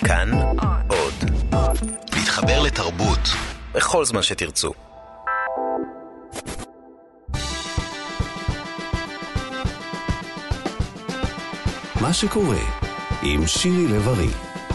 כאן עוד. להתחבר לתרבות בכל זמן שתרצו. מה שקורה עם שירי לב-ארי.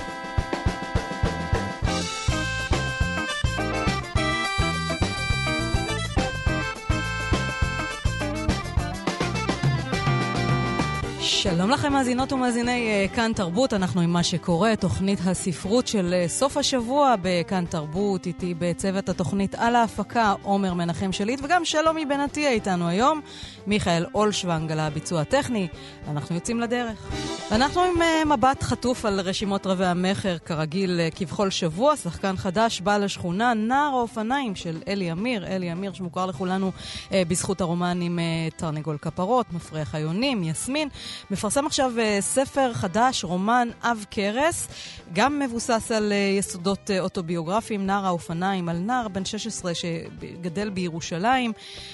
שלום לכם מאזינות ומאזיני כאן תרבות, אנחנו עם מה שקורה, תוכנית הספרות של סוף השבוע בכאן תרבות, איתי בצוות התוכנית על ההפקה עומר מנחם שליט וגם שלומי בן עטיה איתנו היום, מיכאל אולשוונג על הביצוע הטכני, ואנחנו יוצאים לדרך. ואנחנו עם מבט חטוף על רשימות רבי המחר, כרגיל כבכל שבוע, שחקן חדש בעל השכונה, נער האופניים של אלי אמיר, אלי אמיר שמוכר לכולנו בזכות הרומן עם תרנגול כפרות, מפריח היונים, יסמין, מפרסם עכשיו ספר חדש, רומן אב קרס, גם מבוסס על יסודות אוטוביוגרפיים, נער האופניים, על נער בן 16 שגדל בירושלים,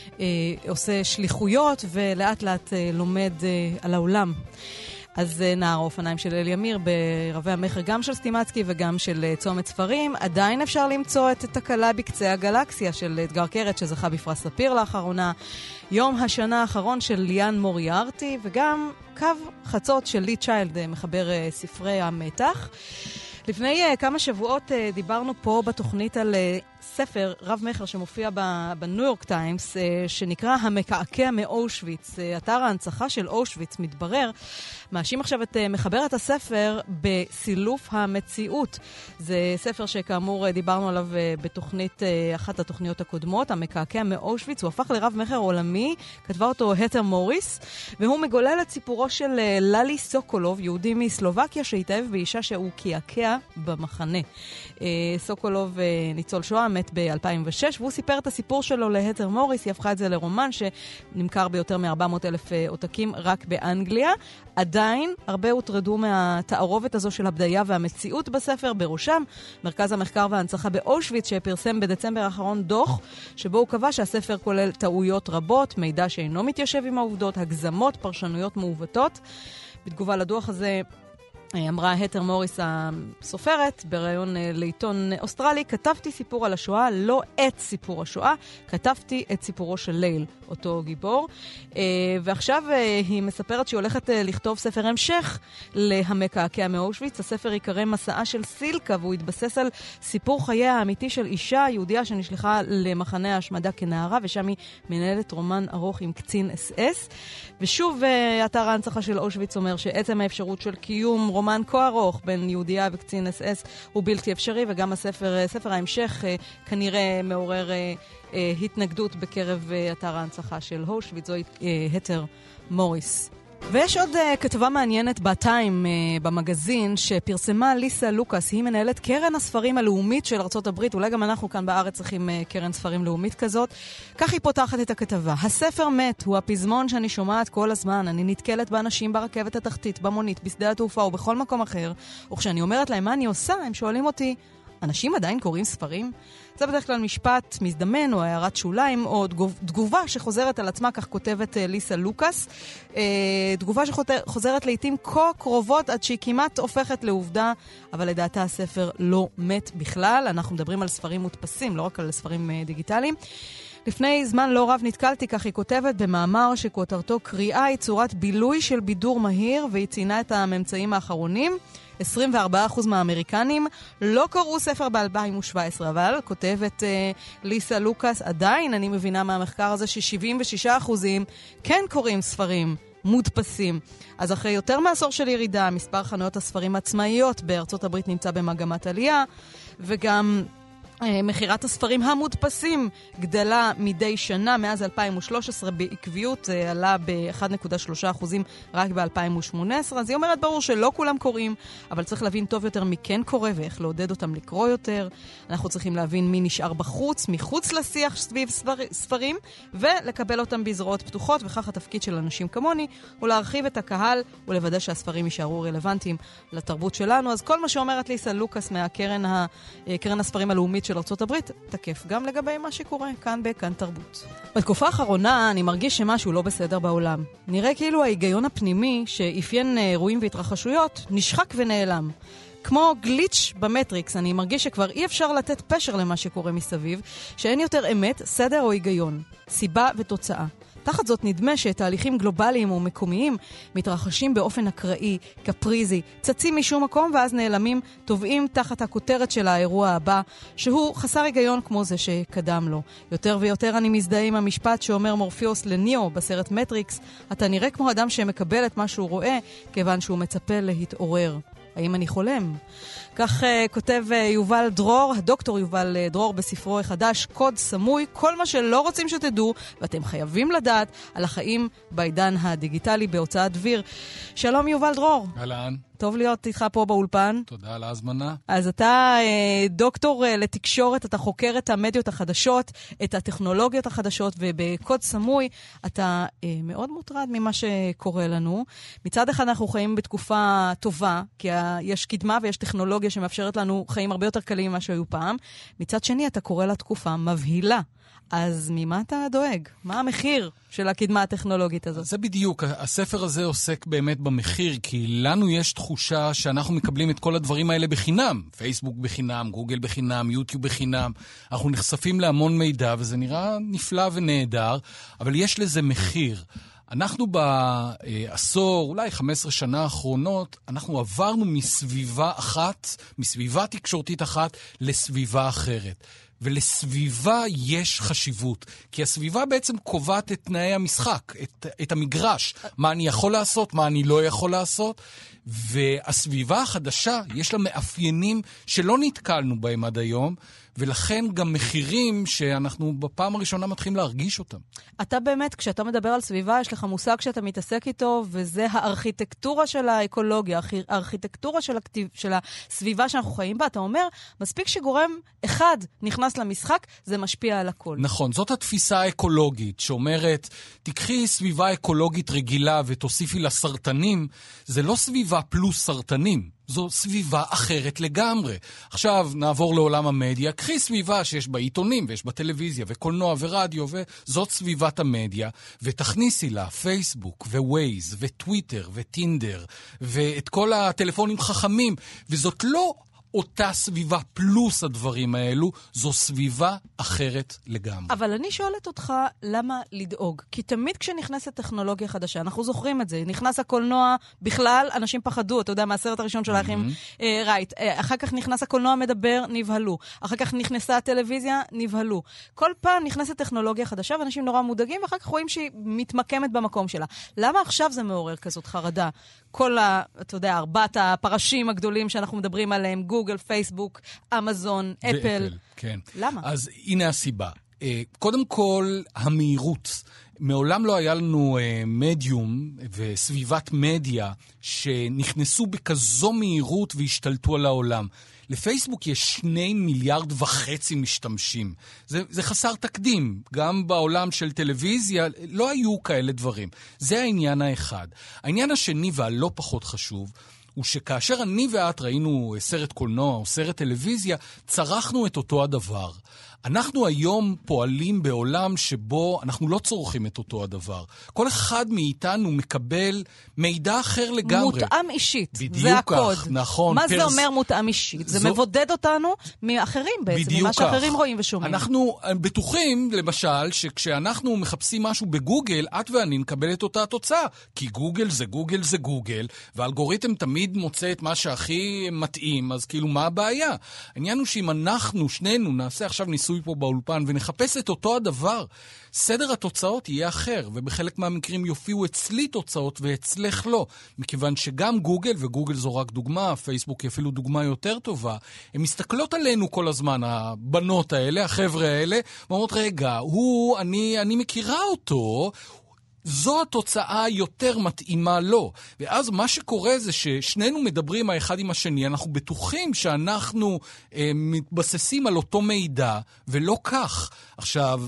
עושה שליחויות ולאט לאט לומד על העולם. אז נער האופניים של אלי אמיר ברבי המחר, גם של סטימצקי וגם של צומת ספרים. עדיין אפשר למצוא את תקלה בקצה הגלקסיה של אתגר קרת שזכה בפרס ספיר לאחרונה, יום השנה האחרון של ליאן מוריארטי, וגם קו חצות של לי צ'יילד, מחבר ספרי המתח. לפני כמה שבועות דיברנו פה בתוכנית על ספר רב מחר שמופיע בניו יורק טיימס, שנקרא המקעקע מאושוויץ. אתר ההנצחה של אושוויץ מתברר, מאשים עכשיו את מחברת הספר בסילוף המציאות. זה ספר שכאמור דיברנו עליו בתוכנית, אחת התוכניות הקודמות, המקעקע מאושוויץ. הוא הפך לרב מחר עולמי, כתבה אותו התר מוריס, והוא מגולל את סיפורו של ללי סוקולוב, יהודי מסלובקיה שהתאהב באישה שהוא קעקע במחנה. סוקולוב ניצול שואה, מת ב-2006, והוא סיפר את הסיפור שלו להתר מוריס, היא הפכה את זה לרומן שנמכר ביותר מ-400,000 עותקים רק באנגליה. עדיין הרבה הוטרדו מהתערובת הזו של הבדיה והמציאות בספר, בראשם מרכז המחקר וההנצחה באושוויץ, שפרסם בדצמבר האחרון דוח, שבו הוא קבע שהספר כולל טעויות רבות, מידע שאינו מתיישב עם העובדות, הגזמות, פרשנויות מעוותות. בתגובה לדוח הזה אמרה התר מוריס הסופרת בראיון לעיתון אוסטרלי, כתבתי סיפור על השואה, לא את סיפור השואה, כתבתי את סיפורו של ליל, אותו גיבור. ועכשיו היא מספרת שהיא הולכת לכתוב ספר המשך להמקעקע מאושוויץ. הספר יקרא מסעה של סילקה, והוא יתבסס על סיפור חייה האמיתי של אישה יהודיה שנשלחה למחנה ההשמדה כנערה, ושם היא מנהלת רומן ארוך עם קצין אס-אס. ושוב אתר ההנצחה של אושוויץ אומר שעצם האפשרות של קיום רומן כה ארוך בין יהודיה וקצין אס-אס הוא בלתי אפשרי, וגם ספר ההמשך כנראה מעורר התנגדות בקרב אתר ההנצחה של אושוויץ. זוהי התר מוריס. ויש עוד כתבה מעניינת בטיים, במגזין, שפרסמה ליסה לוקאס. היא מנהלת קרן הספרים הלאומית של ארצות הברית. אולי גם אנחנו כאן בארץ צריכים קרן ספרים לאומית כזאת. כך היא פותחת את הכתבה. הספר מת הוא הפזמון שאני שומעת כל הזמן. אני נתקלת באנשים ברכבת התחתית, במונית, בשדה התעופה או בכל מקום אחר. וכשאני אומרת להם מה אני עושה, הם שואלים אותי, אנשים עדיין קוראים ספרים? זה בדרך כלל משפט מזדמן או הערת שוליים או תגובה שחוזרת על עצמה, כך כותבת ליסה לוקאס. תגובה שחוזרת לעתים כה קרובות עד שהיא כמעט הופכת לעובדה, אבל לדעתה הספר לא מת בכלל. אנחנו מדברים על ספרים מודפסים, לא רק על ספרים דיגיטליים. לפני זמן לא רב נתקלתי, כך היא כותבת, במאמר שכותרתו קריאה היא צורת בילוי של בידור מהיר, והיא ציינה את הממצאים האחרונים. 24% מהאמריקנים לא קראו ספר ב-2017, אבל כותבת ליסה לוקאס, עדיין אני מבינה מהמחקר הזה ש-76% כן קוראים ספרים מודפסים. אז אחרי יותר מעשור של ירידה, מספר חנויות הספרים עצמאיות בארצות הברית נמצא במגמת עלייה, וגם מחירת הספרים המודפסים גדלה מדי שנה. מאז 2013 בעקביות עלה ב-1.3% רק ב-2018. אז היא אומרת ברור שלא כולם קוראים, אבל צריך להבין טוב יותר מי כן קורא ואיך לעודד אותם לקרוא יותר. אנחנו צריכים להבין מי נשאר מחוץ לשיח סביב ספרים, ולקבל אותם בזרועות פתוחות, וכך התפקיד של אנשים כמוני הוא להרחיב את הקהל ולוודא שהספרים יישארו רלוונטיים לתרבות שלנו. אז כל מה שאומרת ליסה לוקאס מהקרן הספרים הלאומית של ארצות הברית תקף גם לגבי מה שקורה כאן בכאן תרבות. בתקופה האחרונה אני מרגיש שמשהו לא בסדר בעולם. נראה כאילו ההיגיון הפנימי שאפיין אירועים והתרחשויות נשחק ונעלם. כמו גליץ' במטריקס, אני מרגיש שכבר אי אפשר לתת פשר למה שקורה מסביב, שאין יותר אמת, סדר או היגיון, סיבה ותוצאה. תחת זאת נדמה שתהליכים גלובליים ומקומיים מתרחשים באופן אקראי, קפריזי, צצים משום מקום ואז נעלמים, טובעים תחת הכותרת של האירוע הבא, שהוא חסר היגיון כמו זה שקדם לו. יותר ויותר אני מזדהה עם המשפט שאומר מורפיוס לניאו בסרט מטריקס, אתה נראה כמו אדם שמקבל את מה שהוא רואה, כיוון שהוא מצפה להתעורר. האם אני חולם? כך כותב יובל דרור, הדוקטור יובל דרור בספרו החדש, קוד סמוי, כל מה שלא רוצים שתדעו, ואתם חייבים לדעת על החיים בעידן הדיגיטלי בהוצאת דביר. שלום יובל דרור. אהלן. טוב להיות איתך פה באולפן. תודה על ההזמנה. אז אתה דוקטור לתקשורת, אתה חוקר את המדיות החדשות, את הטכנולוגיות החדשות, ובקוד סמוי אתה מאוד מוטרד ממה שקורה לנו. מצד אחד אנחנו חיים בתקופה טובה, כי יש קדמה ויש טכנולוגיה שמאפשרת לנו חיים הרבה יותר קלים ממה שהיו פעם. מצד שני אתה קורא לה תקופה מבהילה. אז ממה אתה דואג? מה המחיר של הקדמה הטכנולוגית הזאת? זה בדיוק, הספר הזה עוסק באמת במחיר, כי לנו יש תחושה שאנחנו מקבלים את כל הדברים האלה בחינם. פייסבוק בחינם, גוגל בחינם, יוטיוב בחינם. אנחנו נחשפים להמון מידע, וזה נראה נפלא ונהדר, אבל יש לזה מחיר. אנחנו בעשור, אולי 15 שנה האחרונות, אנחנו עברנו מסביבה אחת, מסביבה תקשורתית אחת, לסביבה אחרת. ולסביבה יש חשיבות, כי הסביבה בעצם קובעת את תנאי המשחק, את המגרש, מה אני יכול לעשות, מה אני לא יכול לעשות, והסביבה החדשה יש לה מאפיינים שלא נתקלנו בהם עד היום, ולכן גם מחירים שאנחנו בפעם הראשונה מתחילים להרגיש אותם. אתה באמת, כשאתה מדבר על סביבה, יש לך מושג שאתה מתעסק איתו, וזה הארכיטקטורה של האקולוגיה, הארכיטקטורה של הסביבה שאנחנו חיים בה. אתה אומר, מספיק שגורם אחד נכנס למשחק, זה משפיע על הכל. נכון, זאת התפיסה האקולוגית, שאומרת, תקחי סביבה אקולוגית רגילה ותוסיפי לה סרטנים, זה לא סביבה פלוס סרטנים. זו סביבה אחרת לגמרי. עכשיו נעבור לעולם המדיה, קחי סביבה שיש בה עיתונים ויש בה טלוויזיה וקולנוע ורדיו, וזאת סביבת המדיה, ותכניסי לה פייסבוק ווייז וטוויטר וטינדר ואת כל הטלפונים חכמים, וזאת לא אותה סביבה פלוס הדברים האלו, זו סביבה אחרת לגמרי. אבל אני שואלת אותך, למה לדאוג? כי תמיד כשנכנסת טכנולוגיה חדשה, אנחנו זוכרים את זה, נכנס הקולנוע, בכלל אנשים פחדו, אתה יודע, מהסרט הראשון של האחים רייט. אחר כך נכנס הקולנוע מדבר, נבהלו. אחר כך נכנסה הטלוויזיה, נבהלו. כל פעם נכנסת טכנולוגיה חדשה, ואנשים נורא מודאגים, ואחר כך רואים שהיא מתמקמת במקום שלה. למה עכשיו זה מעורר כזאת חרדה? כל אתה יודע, 4 הפרשים הגדולים שאנחנו מדברים עליהם, גוגל, פייסבוק, אמזון, אפל. כן. למה? אז הנה הסיבה. קודם כל, המהירות. מעולם לא היה לנו מדיום וסביבת מדיה שנכנסו בכזו מהירות והשתלטו על העולם. לפייסבוק יש 2.5 מיליארד משתמשים. זה חסר תקדים. גם בעולם של טלוויזיה לא היו כאלה דברים. זה העניין האחד. העניין השני והלא פחות חשוב, הוא שכאשר אני ואת ראינו סרט קולנוע או סרט טלוויזיה, צרכנו את אותו הדבר. אנחנו היום פועלים בעולם שבו אנחנו לא צורכים את אותו הדבר. כל אחד מאיתנו מקבל מידע אחר לגמרי. מותאם אישית, זה הקוד. נכון. מה זה אומר מותאם אישית? זה מבודד אותנו מאחרים בעצם, ממה שאחרים רואים ושומעים. אנחנו בטוחים, למשל, שכשאנחנו מחפשים משהו בגוגל, את ואני נקבל את אותה התוצאה. כי גוגל זה גוגל זה גוגל, והאלגוריתם תמיד מוצא את מה שהכי מתאים, אז כאילו מה הבעיה? העניין הוא שאם אנחנו, שנינו, נעשה עכשיו ניסוי פה באולפן ונחפש את אותו הדבר, סדר התוצאות יהיה אחר, ובחלק מהמקרים יופיעו אצלי תוצאות ואצלך לא, מכיוון שגם גוגל, וגוגל זו רק דוגמה, פייסבוק היא אפילו דוגמה יותר טובה, הן מסתכלות עלינו כל הזמן, הבנות האלה, החבר'ה האלה, ואומרות, רגע, אני מכירה אותו, זו התוצאה יותר מתאימה לו. ואז מה שקורה זה ששנינו מדברים האחד עם השני, אנחנו בטוחים שאנחנו מתבססים על אותו מידע, ולא כך. עכשיו,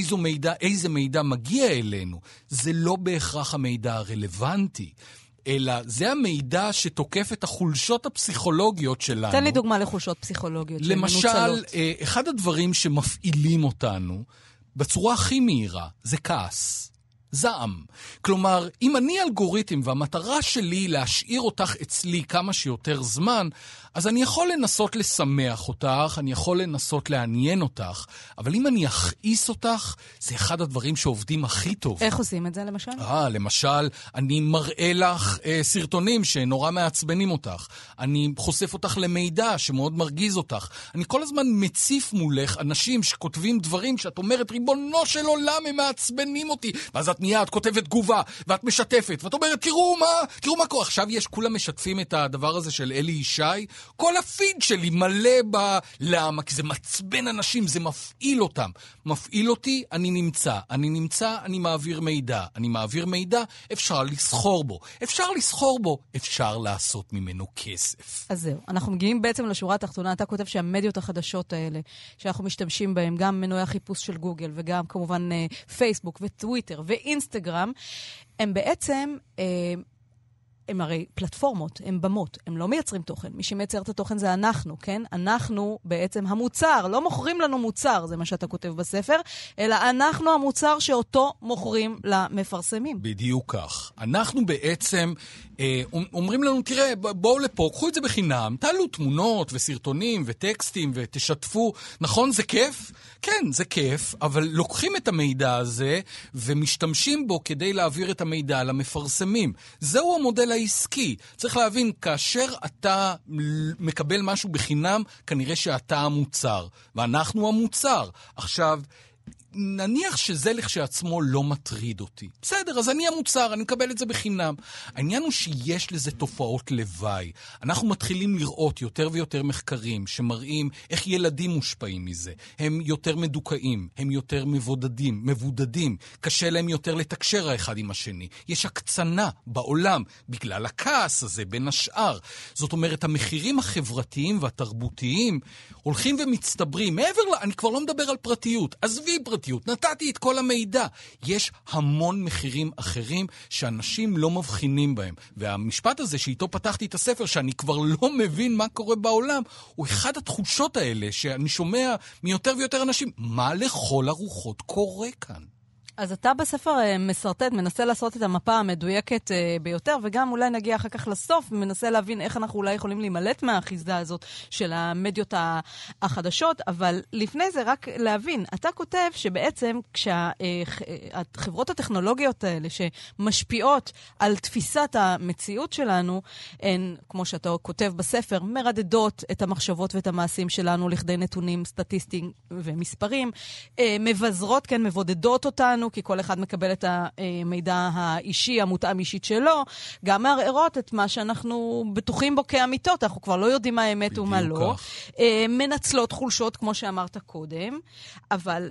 איזה מידע מגיע אלינו? זה לא בהכרח המידע הרלוונטי. אלא זה המידע שתוקף את החולשות הפסיכולוגיות שלנו. תן לי דוגמה לחולשות פסיכולוגיות. למשל, אחד הדברים שמפעילים אותנו, בצורה הכי מהירה, זה כעס. זעם. כלומר, אם אני אלגוריתם והמטרה שלי היא להשאיר אותך אצלי כמה שיותר זמן, אז אני יכול לנסות לשמח אותך, אני יכול לנסות לעניין אותך, אבל אם אני אכעיס אותך, זה אחד הדברים שעובדים הכי טוב. איך עושים את זה למשל? למשל, אני מראה לך סרטונים שנורא מעצבנים אותך. אני חושף אותך למידע שמאוד מרגיז אותך. אני כל הזמן מציף מולך אנשים שכותבים דברים שאת אומרת, ריבונו של עולם, הם מעצבנים אותי. ואז את מיד כותבת תגובה, ואת משתפת, ואת אומרת, תראו מה קורה. עכשיו כולם משתפים את הדבר הזה של אלי ישי. כל הפיד שלי מלא למה? כי זה מצבן אנשים, זה מפעיל אותם. מפעיל אותי, אני נמצא, אני מעביר מידע. אני מעביר מידע, אפשר לסחור בו. אפשר לעשות ממנו כסף. אז זהו, אנחנו מגיעים בעצם לשורה התחתונה. אתה כותב שהמדיות החדשות האלה, שאנחנו משתמשים בהם, גם מנועי החיפוש של גוגל, וגם כמובן פייסבוק וטוויטר ואינסטגרם, הם בעצם הם הרי פלטפורמות, הם במות, הם לא מייצרים תוכן. מי שמייצר את התוכן זה אנחנו, כן? אנחנו בעצם המוצר, לא מוכרים לנו מוצר, זה מה שאתה כותב בספר, אלא אנחנו המוצר שאותו מוכרים למפרסמים. בדיוק כך. אנחנו בעצם אומרים לנו, תראה, בואו לפה, קחו את זה בחינם, תעלו תמונות וסרטונים וטקסטים ותשתפו. נכון, זה כיף? כן, זה כיף, אבל לוקחים את המידע הזה ומשתמשים בו כדי להעביר את המידע למפרסמים. זהו המודל העסקי. צריך להבין, כאשר אתה מקבל משהו בחינם, כנראה שאתה המוצר, ואנחנו המוצר. עכשיו, נניח שזה לכשעצמו לא מטריד אותי. בסדר, אז אני המוצר, אני מקבל את זה בחינם. העניין הוא שיש לזה תופעות לוואי. אנחנו מתחילים לראות יותר ויותר מחקרים שמראים איך ילדים מושפעים מזה. הם יותר מדוכאים, הם יותר מבודדים. קשה להם יותר לתקשר האחד עם השני. יש הקצנה בעולם בגלל הכעס הזה בין השאר. זאת אומרת, המחירים החברתיים והתרבותיים הולכים ומצטברים. אני כבר לא מדבר על פרטיות. עזבי פרטיות. נתתי את כל המידע. יש המון מחירים אחרים שאנשים לא מבחינים בהם. והמשפט הזה שאיתו פתחתי את הספר, שאני כבר לא מבין מה קורה בעולם, הוא אחד התחושות האלה שאני שומע מיותר ויותר אנשים. מה לכל הרוחות קורה כאן? אז אתה בספר מסרטט, מנסה לעשות את המפה המדויקת ביותר, וגם אולי נגיע אחר כך לסוף, ומנסה להבין איך אנחנו אולי יכולים להימלט מהאחיזה הזאת של המדיות החדשות, אבל לפני זה רק להבין, אתה כותב שבעצם כשהחברות הטכנולוגיות האלה שמשפיעות על תפיסת המציאות שלנו, הן, כמו שאתה כותב בספר, מרדדות את המחשבות ואת המעשים שלנו לכדי נתונים סטטיסטיים ומספרים, מבזרות, כן, מבודדות אותנו, כי כל אחד מקבל את המידע האישי, המותאם אישית שלו, גם מערערות את מה שאנחנו בטוחים בו כאמיתות, אנחנו כבר לא יודעים מה האמת ומה לא. מנצלות חולשות, כמו שאמרת קודם, אבל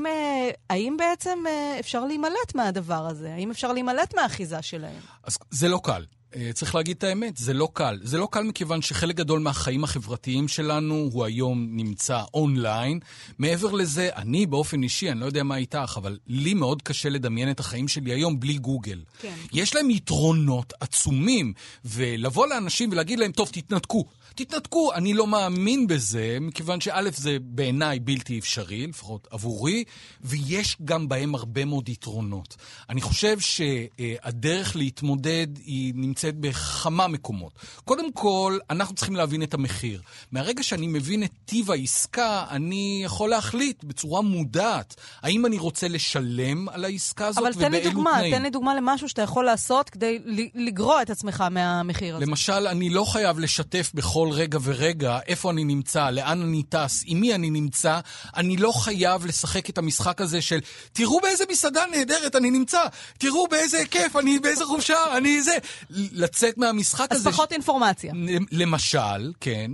האם בעצם אפשר להימלט מהדבר הזה? האם אפשר להימלט מהאחיזה שלהם? אז זה לא קל. צריך להגיד את האמת, זה לא קל. זה לא קל מכיוון שחלק גדול מהחיים החברתיים שלנו הוא היום נמצא אונליין. מעבר לזה, אני באופן אישי, אני לא יודע מה איתך, אבל לי מאוד קשה לדמיין את החיים שלי היום בלי גוגל. כן. יש להם יתרונות עצומים, ולבוא לאנשים ולהגיד להם, טוב, תתנתקו, אני לא מאמין בזה, מכיוון שא' זה בעיניי בלתי אפשרי, לפחות עבורי, ויש גם בהם הרבה מאוד יתרונות. אני חושב שהדרך להתמודד היא נמצאת בכמה מקומות. קודם כל, אנחנו צריכים להבין את המחיר. מהרגע שאני מבין את טיב העסקה, אני יכול להחליט בצורה מודעת, האם אני רוצה לשלם על העסקה הזאת ובאילו תנאים. אבל תן לי דוגמה למשהו שאתה יכול לעשות כדי לגרוע את עצמך מהמחיר הזה. למשל, אני לא חייב לשתף בכל רגע ורגע איפה אני נמצא, לאן אני טס, עם מי אני נמצא. אני לא חייב לשחק את המשחק הזה של תראו באיזה מסעדה נהדרת אני נמצא, תראו באיזה כיף, אני באיזה חופשה, אני זה. לצאת מהמשחק הזה. אז פחות אינפורמציה. למשל, כן.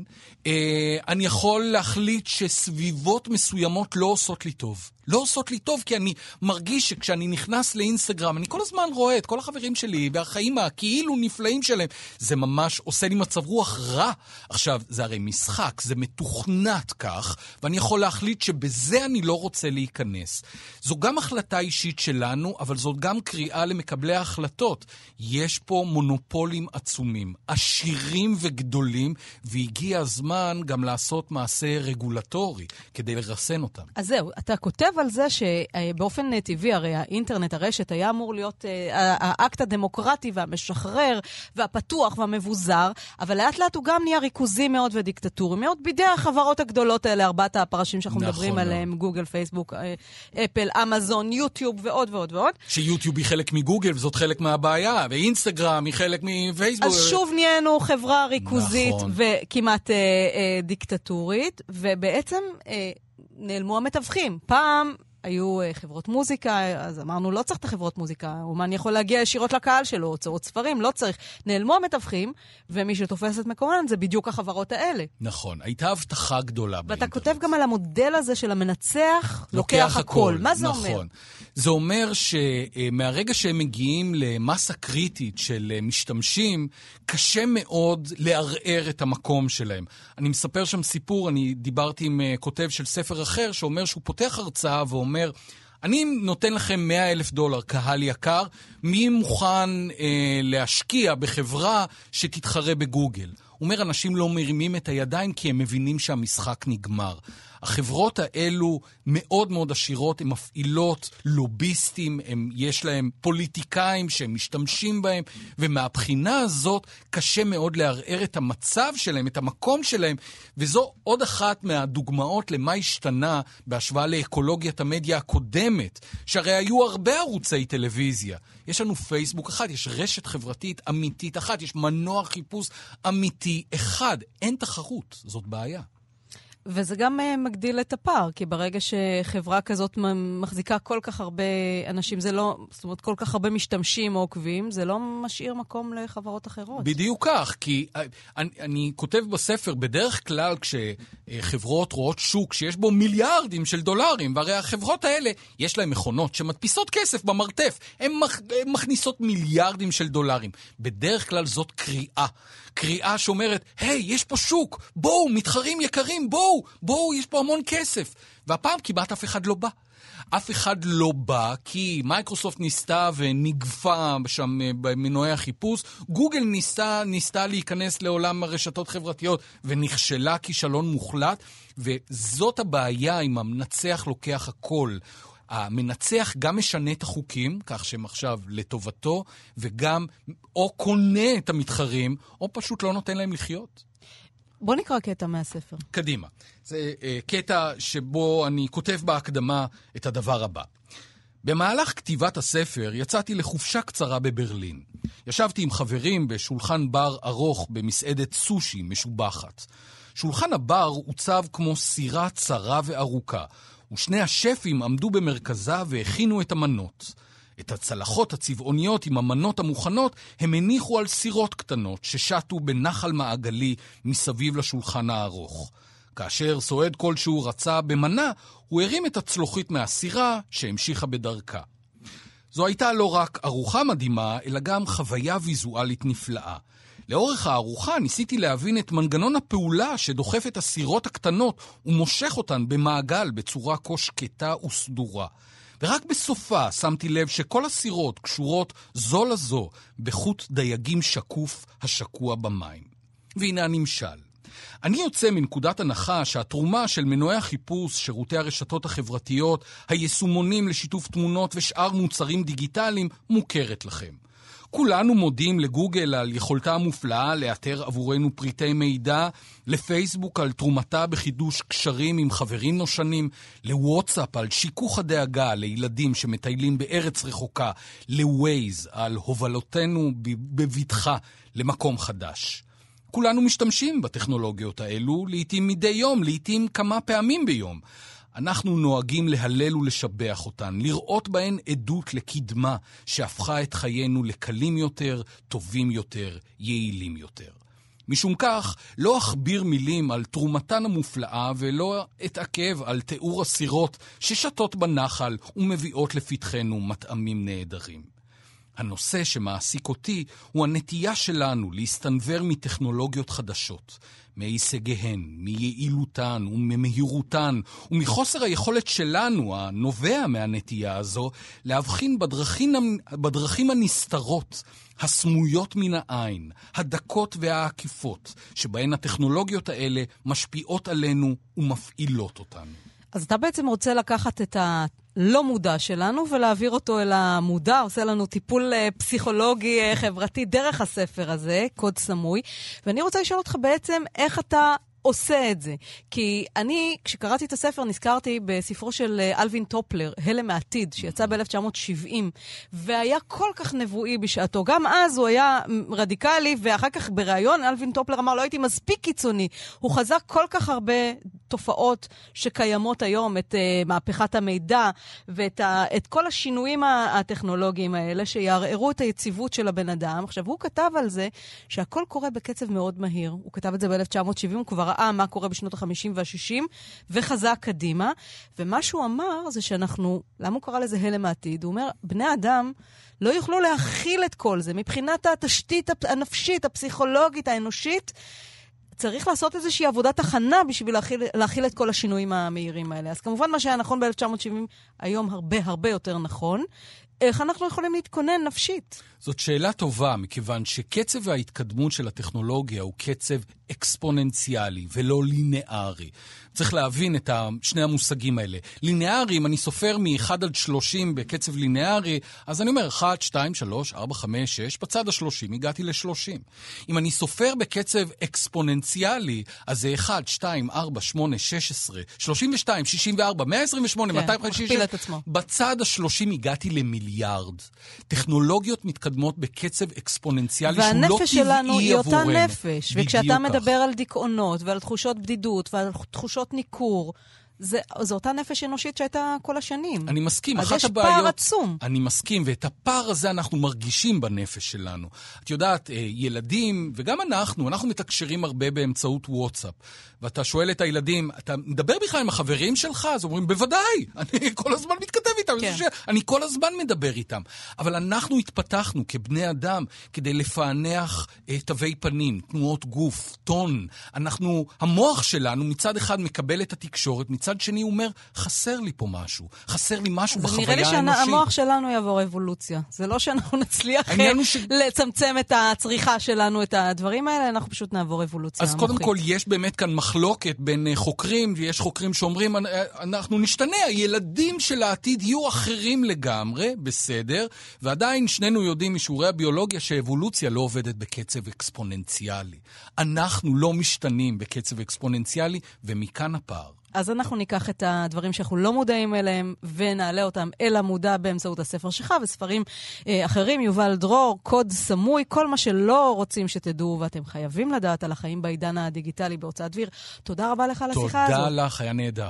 אני יכול להחליט שסביבות מסוימות לא עושות לי טוב. לא עושות לי טוב, כי אני מרגיש שכשאני נכנס לאינסטגרם, אני כל הזמן רואה את כל החברים שלי והחיים הכאילו נפלאים שלהם. זה ממש עושה לי מצב רוח רע. עכשיו, זה הרי משחק, זה מתוכנת כך, ואני יכול להחליט שבזה אני לא רוצה להיכנס. זו גם החלטה אישית שלנו, אבל זאת גם קריאה למקבלי ההחלטות. יש פה מונופולים עצומים, עשירים וגדולים, והגיע הזמן גם לעשות מעשה רגולטורי, כדי לרסן אותם. אז זהו, אתה כותב על זה שבאופן טבעי, הרי האינטרנט, הרשת, היה אמור להיות האקט הדמוקרטי והמשחרר והפתוח והמבוזר, אבל לאט לאט הוא גם נהיה ריכוזי מאוד ודיקטטורי מאוד, בידי החברות הגדולות האלה, ארבעת הפרשים שאנחנו מדברים עליהם, גוגל, פייסבוק, אפל, אמזון, יוטיוב ועוד ועוד ועוד. שיוטיוב היא חלק מגוגל, וזאת חלק מהבעיה, ואינסטגרם היא חלק מפייסבוק. אז שוב נהיינו חברה ריכוזית וכמעט דיקטטורית, ובעצם נעלמו המתווכים. פעם היו חברות מוזיקה, אז אמרנו, לא צריך את החברות מוזיקה, אומן יכול להגיע ישירות לקהל שלו, הוצאות ספרים, לא צריך. נעלמו המתווכים, ומי שתופס את מקומן זה בדיוק החברות האלה. נכון, הייתה הבטחה גדולה באינטרנט. ואתה כותב גם על המודל הזה של המנצח, לוקח הכל. מה זה אומר? נכון. זה אומר שמהרגע שהם מגיעים למסה קריטית של משתמשים, קשה מאוד לערער את המקום שלהם. אני מספר שם סיפור, אני דיברתי עם כותב של ספר אחר, שאומר שהוא פותח הרצאה ואומר, אני נותן לכם $100,000, קהל יקר, מי מוכן להשקיע בחברה שתתחרה בגוגל? הוא אומר, אנשים לא מרימים את הידיים כי הם מבינים שהמשחק נגמר. החברות האלו מאוד מאוד עשירות, הן מפעילות לוביסטים, יש להם פוליטיקאים שהם משתמשים בהם, ומהבחינה הזאת קשה מאוד לערער את המצב שלהם, את המקום שלהם, וזו עוד אחת מהדוגמאות למה השתנה בהשוואה לאקולוגיית המדיה הקודמת, שהרי היו הרבה ערוצי טלוויזיה. יש לנו פייסבוק אחד, יש רשת חברתית אמיתית אחת, יש מנוע חיפוש אמיתי אחד. אין תחרות, זאת בעיה. וזה גם מגדיל את הפער, כי ברגע שחברה כזאת מחזיקה כל כך הרבה אנשים, זה לא, זאת אומרת, כל כך הרבה משתמשים או עוקבים, זה לא משאיר מקום לחברות אחרות. בדיוק כך, כי אני כותב בספר, בדרך כלל כשחברות רואות שוק שיש בו מיליארדים של דולרים, והרי החברות האלה, יש להן מכונות שמדפיסות כסף במרתף, הן מכניסות מיליארדים של דולרים. בדרך כלל זאת קריאה שאומרת, היי, יש פה שוק, בואו, מתחרים יקרים, בואו, יש פה המון כסף. והפעם כמעט אף אחד לא בא. אף אחד לא בא, כי מייקרוסופט ניסתה ונגפה שם במנועי החיפוש, גוגל ניסתה להיכנס לעולם הרשתות חברתיות, ונכשלה כישלון מוחלט, וזאת הבעיה אם המנצח לוקח הכל. המנצח גם משנה את החוקים, כך שהם עכשיו לטובתו, וגם או קונה את המתחרים, או פשוט לא נותן להם לחיות. בוא נקרא קטע מהספר. קדימה. זה קטע שבו אני כותב בהקדמה את הדבר הבא. במהלך כתיבת הספר יצאתי לחופשה קצרה בברלין. ישבתי עם חברים בשולחן בר ארוך במסעדת סושי משובחת. שולחן הבר הוצב כמו סירה צרה וארוכה, ושני השפים עמדו במרכזה והכינו את המנות. את הצלחות הצבעוניות עם המנות המוכנות הם הניחו על סירות קטנות ששטו בנחל מעגלי מסביב לשולחן הארוך. כאשר סועד כלשהו רצה במנה, הוא הרים את הצלוחית מהסירה שהמשיכה בדרכה. זו הייתה לא רק ארוחה מדהימה, אלא גם חוויה ויזואלית נפלאה. לאורך הארוחה ניסיתי להבין את מנגנון הפעולה שדוחף את הסירות הקטנות ומושך אותן במעגל בצורה כה שקטה וסדורה. ורק בסופה שמתי לב שכל הסירות קשורות זו לזו בחוט דייגים שקוף השקוע במים. והנה הנמשל. אני יוצא מנקודת הנחה שהתרומה של מנועי החיפוש, שירותי הרשתות החברתיות, היישומונים לשיתוף תמונות ושאר מוצרים דיגיטליים מוכרת לכם. כולנו מודים לגוגל על יכולתה המופלאה לאתר עבורנו פריטי מידע, לפייסבוק על תרומתה בחידוש קשרים עם חברים נושנים, לוואטסאפ על שיקוך הדאגה לילדים שמטיילים בארץ רחוקה, לווייז על הובלותנו בבטחה למקום חדש. כולנו משתמשים בטכנולוגיות האלו, לעתים מדי יום, לעתים כמה פעמים ביום. אנחנו נוהגים להלל ולשבח אותן, לראות בהן עדות לקדמה שהפכה את חיינו לקלים יותר, טובים יותר, יעילים יותר. משום כך, לא אכביר מילים על תרומתן המופלאה ולא אתעכב על תיאור הסירות ששתות בנחל ומביאות לפתחנו מטעמים נהדרים. הנושא שמעסיק אותי הוא הנטייה שלנו להסתנבר מטכנולוגיות חדשות, מהישגיהן, מיעילותן וממהירותן, ומחוסר היכולת שלנו, הנובע מהנטייה הזו, להבחין בדרכים הנסתרות, הסמויות מן העין, הדקות והעקיפות, שבהן הטכנולוגיות האלה משפיעות עלינו ומפעילות אותנו. אז אתה בעצם רוצה לקחת את הלא מודע שלנו ולהעביר אותו אל המודע, עושה לנו טיפול פסיכולוגי חברתי דרך הספר הזה, קוד סמוי, ואני רוצה לשאול אותך בעצם איך אתה עושה את זה. כי אני, כשקראתי את הספר, נזכרתי בספרו של אלווין טופלר, הלם העתיד, שיצא ב-1970, והיה כל כך נבואי בשעתו. גם אז הוא היה רדיקלי, ואחר כך בריאיון, אלווין טופלר אמר, לא הייתי מספיק קיצוני. הוא חזק כל כך הרבה תופעות שקיימות היום, את מהפכת המידע, ואת כל השינויים הטכנולוגיים האלה, שיערערו את היציבות של הבן אדם. עכשיו, הוא כתב על זה שהכל קורה בקצב מאוד מהיר. הוא כתב את זה ב-1970, הוא כבר ראה מה קורה בשנות ה-50 וה-60, וחזק קדימה. ומה שהוא אמר זה שאנחנו, למה הוא קרא לזה הלם העתיד? הוא אומר, בני אדם לא יוכלו להכיל את כל זה. מבחינת התשתית הנפשית, הפסיכולוגית, האנושית, צריך לעשות איזושהי עבודת הכנה בשביל להכיל את כל השינויים המהירים האלה. אז כמובן מה שהיה נכון ב-1970, היום הרבה הרבה יותר נכון. איך אנחנו יכולים להתכונן נפשית? זאת שאלה טובה, מכיוון שקצב ההתקדמות של הטכנולוגיה הוא קצב אקספוננציאלי ולא לינארי. צריך להבין את שני המושגים האלה. לינארי, אם אני סופר מ-1 עד 30 בקצב לינארי, אז אני אומר 1, 2, 3, 4, 5, 6, בצד ה-30 הגעתי ל-30. אם אני סופר בקצב אקספוננציאלי, אז זה 1, 2, 4, 8, 16, 32, 64, 128, 250, בצד ה-30 הגעתי למיליארד. טכנולוגיות מתקדמות בקצב אקספוננציאלי שהוא לא טבעי עבורנו. והנפש שלנו היא אותה נפש, וכשאתה מדבר על דיכאונות ועל תחושות בדידות ועל תחושות ניכור, זו אותה נפש אנושית שהייתה כל השנים. אני מסכים. אז יש פער עצום. אני מסכים, ואת הפער הזה אנחנו מרגישים בנפש שלנו. את יודעת, ילדים, וגם אנחנו מתקשרים הרבה באמצעות וואטסאפ. ואתה שואל את הילדים, אתה מדבר בכלל עם החברים שלך? אז אומרים, בוודאי, אני כל הזמן מתכתב איתם. כן. אני כל הזמן מדבר איתם. אבל אנחנו התפתחנו כבני אדם כדי לפענח תווי פנים, תנועות גוף, טון. המוח שלנו מצד אחד מקבל את התקשורת, מצד שני הוא אומר, חסר לי פה משהו. חסר לי משהו בחוויה האנושית. נראה לי שהמוח שלנו יעבור אבולוציה. זה לא שאנחנו נצליח לצמצם את הצריכה שלנו, את הדברים האלה, אנחנו פשוט נעבור אבולוציה אז המוחית. קודם כל, יש באמת כאן מחלוקת בין חוקרים, ויש חוקרים שאומרים, אנחנו נשתנה, הילדים של העתיד יהיו אחרים לגמרי, בסדר, ועדיין שנינו יודעים משיעורי הביולוגיה שאבולוציה לא עובדת בקצב אקספוננציאלי. אנחנו לא משתנים בקצב אקספוננציאלי, ומכאן הפער. אז אנחנו ניקח את הדברים שאנחנו לא מודעים אליהם, ונעלה אותם אל המודע באמצעות הספר שלך, וספרים אחרים, יובל דרור, קוד סמוי, כל מה שלא רוצים שתדעו, ואתם חייבים לדעת על החיים בעידן הדיגיטלי בהוצאת דביר. תודה רבה לך על השיחה הזאת. תודה לך, היה נהדר.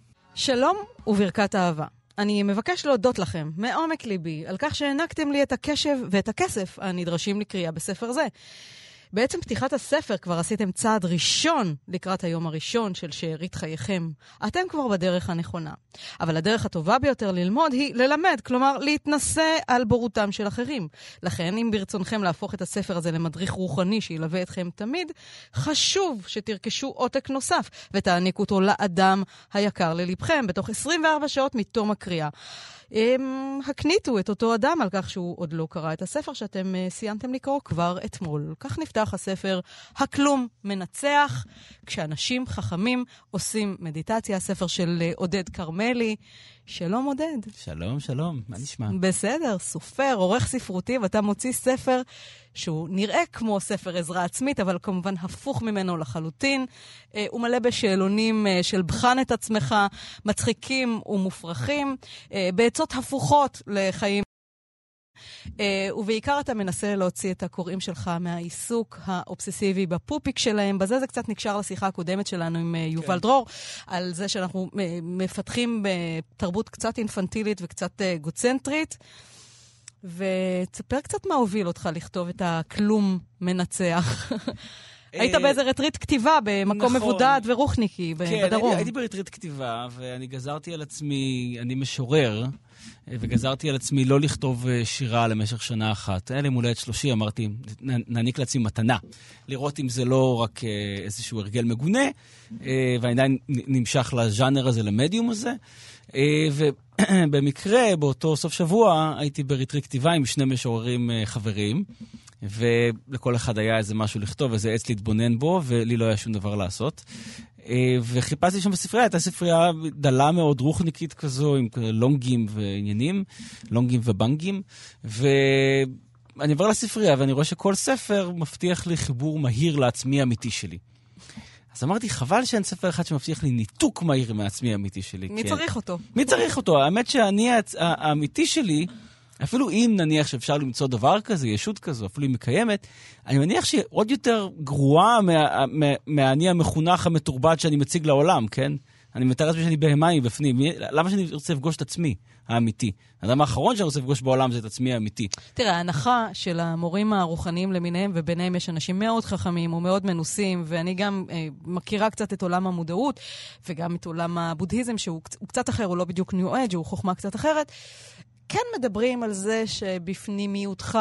שלום וברכת אהבה. אני מבקש להודות לכם, מעומק ליבי, על כך שהענקתם לי את הקשב ואת הכסף הנדרשים לקריאה בספר זה. בעצם פתיחת הספר כבר עשיתם צעד ראשון לקראת היום הראשון של שארית חייכם. אתם כבר בדרך הנכונה. אבל הדרך הטובה ביותר ללמוד היא ללמד, כלומר להתנסה על בורותם של אחרים. לכן, אם ברצונכם להפוך את הספר הזה למדריך רוחני שילווה אתכם תמיד, חשוב שתרכשו עותק נוסף ותעניקו אותו לאדם היקר ללבכם בתוך 24 שעות מתום הקריאה. הקניתו את אותו אדם על כך שהוא עוד לא קרא את הספר שאתם סיימתם לקרוא כבר אתמול. כך נפתח הספר הכלום מנצח, כשאנשים חכמים עושים מדיטציה, הספר של עודד קרמלי. שלום עודד. שלום, שלום, מה נשמע? בסדר, סופר, עורך ספרותי, ואתה מוציא ספר שהוא נראה כמו ספר עזרה עצמית, אבל כמובן הפוך ממנו לחלוטין. הוא מלא בשאלונים של בחן את עצמך, מצחיקים ומופרכים, בעצות הפוכות לחיים. ובעיקר אתה מנסה להוציא את הקוראים שלך מהעיסוק האובססיבי בפופיק שלהם. בזה זה קצת נקשר לשיחה הקודמת שלנו עם יובל דרור, על זה שאנחנו מפתחים בתרבות קצת אינפנטילית וקצת גוצנטרית. ותספר קצת מה הוביל אותך לכתוב את הכלום מנצח. היית באיזה רטריט כתיבה במקום מבודד ורוחניקי בדרום. כן, הייתי ברטריט כתיבה, ואני גזרתי על עצמי, אני משורר, וגזרתי על עצמי לא לכתוב שירה למשך שנה אחת. היה לי מולדת 30, אמרתי, נעניק לעצמי מתנה. לראות אם זה לא רק איזשהו הרגל מגונה, ואני עדיין נמשך לז'אנר הזה, למדיום הזה. ובמקרה, באותו סוף שבוע, הייתי ברטריט כתיבה עם שני משוררים חברים, ולכל אחד היה איזה משהו לכתוב, איזה עץ להתבונן בו, ולי לא היה שום דבר לעשות. וחיפשתי שם בספרייה, הייתה ספרייה דלה מאוד, רוחניקית כזו, עם לונגים ועניינים, לונגים ובנגים, ואני עובר לספרייה, ואני רואה שכל ספר מבטיח לי חיבור מהיר לעצמי האמיתי שלי. אז אמרתי, חבל שאין ספר אחד שמבטיח לי ניתוק מהיר מעצמי האמיתי שלי. מי צריך אותו? מי צריך אותו? האמת שאני האמיתי שלי, אפילו אם נניח שאפשר למצוא דבר כזה, ישות כזו, אפילו אם מקיימת, אני מניח שהיא עוד יותר גרועה מהאני המחונך המתורבת שאני מציג לעולם, כן? אני מתאר לעצמי שאני בהמה מבפנים. למה שאני רוצה לפגוש את עצמי האמיתי? האדם האחרון שאני רוצה לפגוש בעולם זה את עצמי האמיתי. תראה, ההנחה של המורים הרוחניים למיניהם, וביניהם יש אנשים מאוד חכמים ומאוד מנוסים, ואני גם מכירה קצת את עולם המודעות, וגם את עולם הבודהיזם, שהוא קצת אחר, הוא לא בדיוק ניו אייג', הוא חוכמה קצת אחרת. כן מדברים על זה שבפנימיותך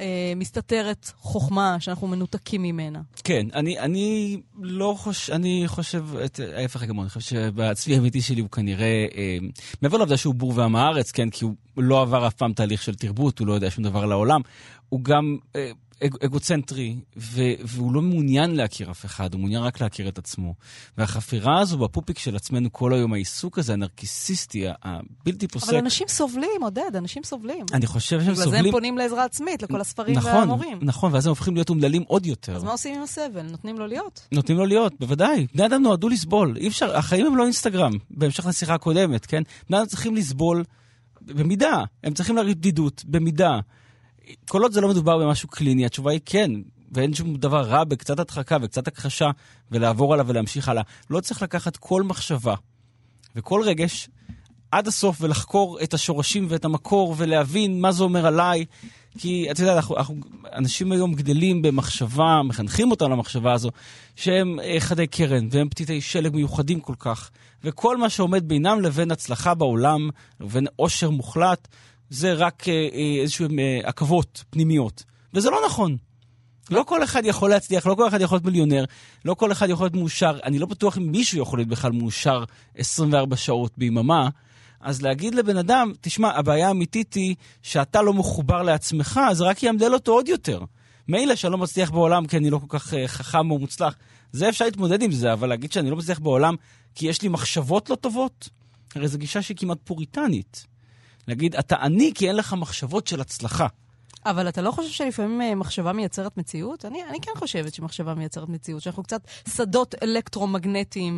מסתתרת חוכמה שאנחנו מנותקים ממנה. כן, אני לא חושב, אני חושב, ההפך הגמון, אני חושב שבעצמי האמיתי שלי הוא כנראה, מעבר לעובדה שהוא בור ועם הארץ, כן, כי הוא לא עבר אף פעם תהליך של תרבות, הוא לא יודע שום דבר לעולם, הוא גם אגוצנטרי, והוא לא מעוניין להכיר אף אחד, הוא מעוניין רק להכיר את עצמו. והחפירה הזו בפופיק של עצמנו כל היום, העיסוק הזה, הנרקיסיסטי, הבלתי פוסק. אבל אנשים סובלים, עודד, אנשים סובלים. אני חושב שהם סובלים. בגלל זה הם פונים לעזרה עצמית, לכל הספרים והמורים. נכון, ואז הם הופכים להיות אומללים עוד יותר. אז מה עושים עם הסבל? נותנים לו להיות? נותנים לו להיות, בוודאי. בני אדם נועדו לסבול. אי אפשר, החיים הם לא אינסטגרם, בהמשך לשיחה הקודמת, כן? בני אדם צריכים לסבול במידה. הם צריכים להרגיש בדידות, במידה. כל עוד זה לא מדובר במשהו קליני, התשובה היא כן, ואין שום דבר רע בקצת הדחקה וקצת הכחשה, ולעבור עליו ולהמשיך הלאה. לא צריך לקחת כל מחשבה וכל רגש עד הסוף ולחקור את השורשים ואת המקור ולהבין מה זה אומר עליי, כי אתה יודע, אנשים היום גדלים במחשבה, מחנכים אותם למחשבה הזו, שהם חדי קרן והם פתיתי שלג מיוחדים כל כך, וכל מה שעומד בינם לבין הצלחה בעולם, לבין עושר מוחלט, זה רק איזשהו עקבות פנימיות. וזה לא נכון. לא כל אחד יכול להצליח, לא כל אחד יכול להיות מיליונר, לא כל אחד יכול להיות מאושר. אני לא בטוח אם מישהו יכול להיות בכלל מאושר 24 שעות ביממה. אז להגיד לבן אדם, תשמע, הבעיה האמיתית היא שאתה לא מחובר לעצמך, אז רק יעמדל אותו עוד יותר. מילא שאני לא מצליח בעולם כי אני לא כל כך חכם או מוצלח. זה אפשר להתמודד עם זה, אבל להגיד שאני לא מצליח בעולם כי יש לי מחשבות לא טובות, הרי זו גישה שהיא כמעט פוריטנית. להגיד, אתה עני כי אין לך מחשבות של הצלחה. אבל אתה לא חושב שלפעמים מחשבה מייצרת מציאות? אני כן חושבת שמחשבה מייצרת מציאות, שאנחנו קצת שדות אלקטרומגנטיים,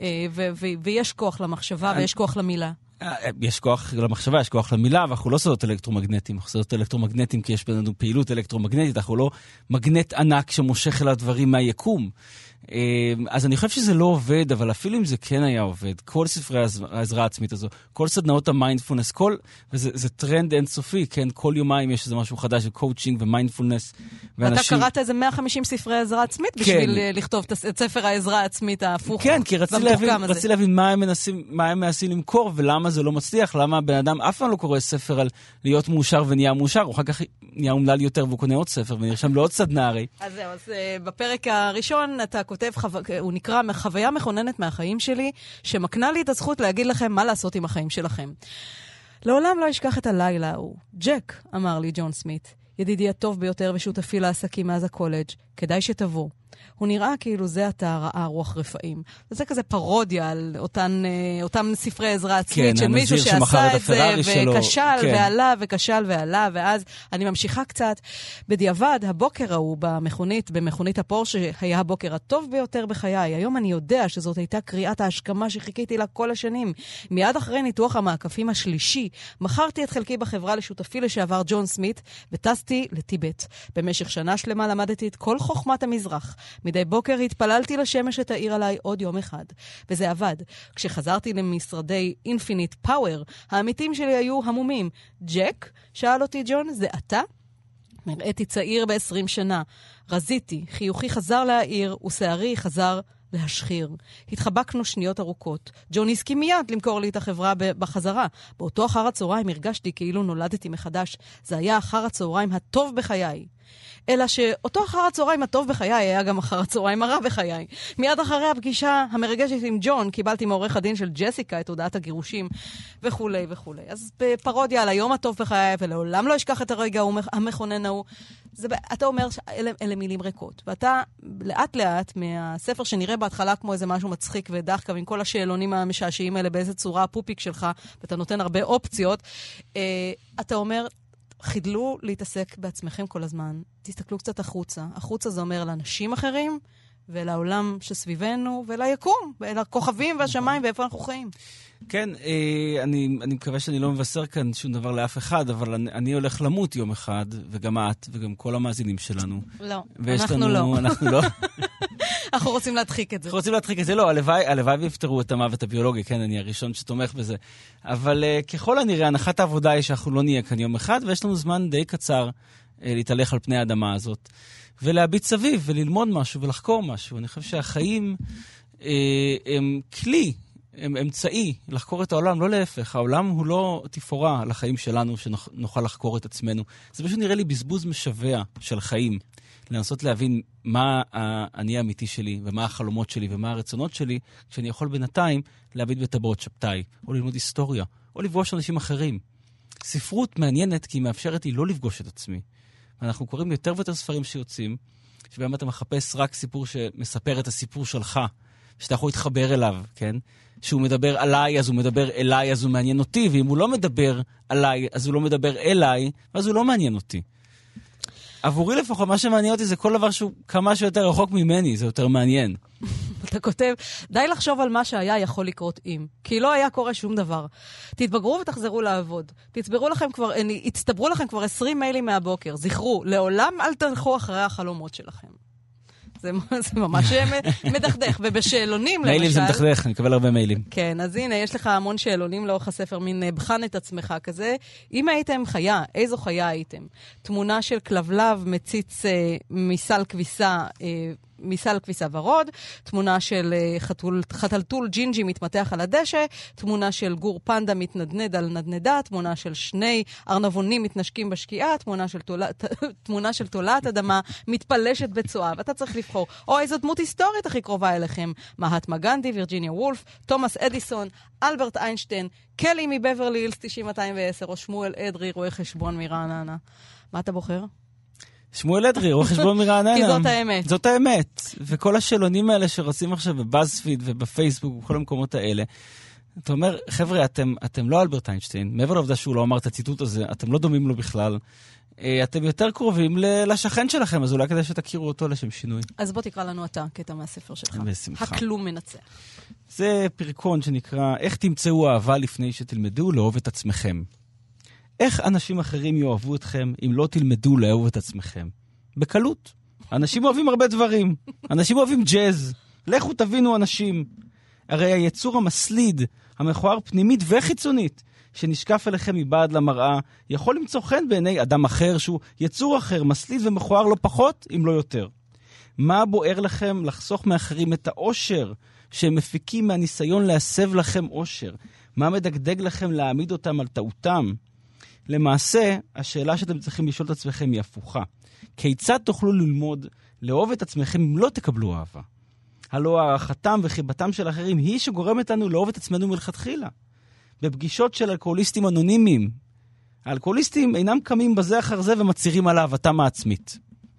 ויש כוח למחשבה ויש כוח למילה. יש כוח למחשבה, יש כוח למילה, ואנחנו לא שדות אלקטרומגנטיים, אנחנו שדות אלקטרומגנטיים כי יש בינינו פעילות אלקטרומגנטית, אנחנו לא מגנט ענק שמושך אל הדברים מהיקום. אז אני חושב שזה לא עובד, אבל אפילו אם זה כן היה עובד, כל ספרי העזרה העצמית הזו, כל סדנאות המיינדפולנס, וזה טרנד אינסופי, כן? כל יומיים יש איזה משהו חדש, קואוצ'ינג ומיינדפולנס. ואתה קראת איזה 150 ספרי עזרה עצמית בשביל לכתוב את ספר העזרה העצמית ההפוך. כן, כי רציתי להבין מה הם מנסים למכור, ולמה זה לא מצליח, למה הבן אדם אף פעם לא קורא ספר על להיות מאושר ונהיה מאושר, הוא אחר כך נהיה אומלל יותר והוא קונה עוד ספר ונרשם לעוד סדנה הרי. אז זהו, אז בפרק הראשון אתה כותב, הוא נקרא חוויה מכוננת מהחיים שלי, שמקנה לי את הזכות להגיד לכם מה לעשות עם החיים שלכם. לעולם לא אשכח את הלילה ההוא. ג'ק, אמר לי ג'ון סמית, ידידי הטוב ביותר ושותפי לעסקים מאז הקולג', כדאי שתבוא. הוא נראה כאילו זה אתה ראה רוח רפאים. וזה כזה פרודיה על אותם ספרי עזרה עצמית של מישהו שעשה את זה וכשל ועלה וכשל ועלה, ואז אני ממשיכה קצת. בדיעבד, הבוקר ההוא במכונית הפורשה היה הבוקר הטוב ביותר בחיי. היום אני יודע שזאת הייתה קריאת ההשכמה שחיכיתי לה כל השנים. מיד אחרי ניתוח המעקפים השלישי, מכרתי את חלקי בחברה לשותפי לשעבר ג'ון סמית, וטסתי לטיבט. במשך שנה שלמה למדתי את כל חוכמת המזרח. מדי בוקר התפללתי לשמש שתאיר עליי עוד יום אחד. וזה עבד. כשחזרתי למשרדי אינפיניט פאוור, העמיתים שלי היו המומים. ג'ק, שאל אותי ג'ון, זה אתה? נראיתי צעיר ב-20 שנה. רזיתי, חיוכי חזר להעיר, ושערי חזר להשחיר. התחבקנו שניות ארוכות. ג'ון הסכים מיד למכור לי את החברה בחזרה. באותו אחר הצהריים הרגשתי כאילו נולדתי מחדש. זה היה אחר הצהריים הטוב בחיי. אלא שאותו אחר הצהריים הטוב בחיי היה גם אחר הצהריים הרע בחיי. מיד אחרי הפגישה המרגשת עם ג'ון, קיבלתי מעורך הדין של ג'סיקה את הודעת הגירושים, וכו' וכו'. אז בפרודיה על היום הטוב בחיי, ולעולם לא אשכח את הרגע המכונן ההוא. אתה אומר שאלה מילים ריקות, ואתה לאט לאט מהספר שנראה בהתחלה כמו איזה משהו מצחיק ודחקה, עם כל השאלונים המשעשעים האלה, באיזה צורה הפופיק שלך, ואתה נותן הרבה אופציות, אתה אומר, חידלו להתעסק בעצמכם כל הזמן, תסתכלו קצת החוצה. החוצה זה אומר לאנשים אחרים, ולעולם שסביבנו, וליקום, ולכוכבים והשמיים, ואיפה אנחנו חיים. כן, אני מקווה שאני לא מבשר כאן שום דבר לאף אחד, אבל אני הולך למות יום אחד, וגם את, וגם כל המאזינים שלנו. לא, אנחנו לא. אנחנו לא. אנחנו רוצים להדחיק את זה. אנחנו רוצים להדחיק את זה, לא, הלוואי ויפתרו את המוות הביולוגי, כן, אני הראשון שתומך בזה. אבל ככל הנראה, הנחת העבודה היא שאנחנו לא נהיה כאן יום אחד, ויש לנו זמן די קצר להתהלך על פני האדמה הזאת, ולהביט סביב, וללמוד משהו, ולחקור משהו. אני חושב שהחיים הם כלי, הם אמצעי לחקור את העולם, לא להפך. העולם הוא לא תפאורה לחיים שלנו, שנוכל לחקור את עצמנו. זה פשוט נראה לי בזבוז משווה של חיים. לנסות להבין מה אני האמיתי שלי, ומה החלומות שלי, ומה הרצונות שלי, כשאני יכול בינתיים להביט בטבעות שבתאי, או ללמוד היסטוריה, או לפגוש אנשים אחרים. ספרות מעניינת כי היא מאפשרת לי לא לפגוש את עצמי. ואנחנו קוראים יותר ויותר ספרים שיוצאים, שבהם אתה מחפש רק סיפור שמספר את הסיפור שלך, שאתה יכול להתחבר אליו, כן? שהוא מדבר עליי, אז הוא מדבר אליי, אז הוא מעניין אותי, ואם הוא לא מדבר עליי, אז הוא לא מדבר אליי, אז הוא לא מעניין אותי. עבורי לפחות, מה שמעניין אותי זה כל דבר שהוא כמה שיותר רחוק ממני, זה יותר מעניין. אתה כותב, די לחשוב על מה שהיה יכול לקרות אם, כי לא היה קורה שום דבר. תתבגרו ותחזרו לעבוד. הצטברו לכם כבר 20 מיילים מהבוקר. זכרו, לעולם אל תלכו אחרי החלומות שלכם. זה ממש מדכדך, ובשאלונים למשל... מיילים זה מדכדך, אני אקבל הרבה מיילים. כן, אז הנה, יש לך המון שאלונים לאורך הספר, מין בחן את עצמך כזה. אם הייתם חיה, איזו חיה הייתם? תמונה של כלבלב מציץ מסל כביסה ורוד, תמונה של חתלתול ג'ינג'י מתמתח על הדשא, תמונה של גור פנדה מתנדנד על נדנדה, תמונה של שני ארנבונים מתנשקים בשקיעה, תמונה של תולעת אדמה מתפלשת בצועה, ואתה צריך לבחור, או איזו דמות היסטורית הכי קרובה אליכם, מהטמה גנדי, וירג'יניה וולף, תומאס אדיסון, אלברט איינשטיין, קלי מבברלי הילס 90-210, או שמואל אדרי, רואה חשבון מרעננה. מה אתה בוחר? שמואל אדרי, רואה חשבון מרעננה. כי זאת האמת. זאת האמת. וכל השאלונים האלה שרוצים עכשיו בבאזפיד ובפייסבוק ובכל המקומות האלה, אתה אומר, חבר'ה, אתם לא אלברט איינשטיין, מעבר לעובדה שהוא לא אמר את הציטוט הזה, אתם לא דומים לו בכלל, אתם יותר קרובים לשכן שלכם, אז אולי כדי שתכירו אותו לשם שינוי. אז בוא תקרא לנו אתה, קטע מהספר שלך. בשמחה. הכלום מנצח. זה פרקון שנקרא, איך תמצאו אהבה לפני שתלמדו לאהוב את עצמכם. איך אנשים אחרים יאהבו אתכם אם לא תלמדו לאהוב את עצמכם? בקלות. אנשים אוהבים הרבה דברים. אנשים אוהבים ג'אז. לכו תבינו אנשים. הרי היצור המסליד, המכוער פנימית וחיצונית, שנשקף אליכם מבעד למראה, יכול למצוא חן בעיני אדם אחר שהוא יצור אחר, מסליד ומכוער לא פחות, אם לא יותר. מה בוער לכם לחסוך מאחרים את האושר שהם מפיקים מהניסיון להסב לכם אושר? מה מדגדג לכם להעמיד אותם על טעותם? למעשה, השאלה שאתם צריכים לשאול את עצמכם היא הפוכה. כיצד תוכלו ללמוד לאהוב את עצמכם אם לא תקבלו אהבה? הלא הערכתם וחיבתם של אחרים היא שגורמת לנו לאהוב את עצמנו מלכתחילה. בפגישות של אלכוהוליסטים אנונימיים, האלכוהוליסטים אינם קמים בזה אחר זה ומצהירים על אהבתם העצמית.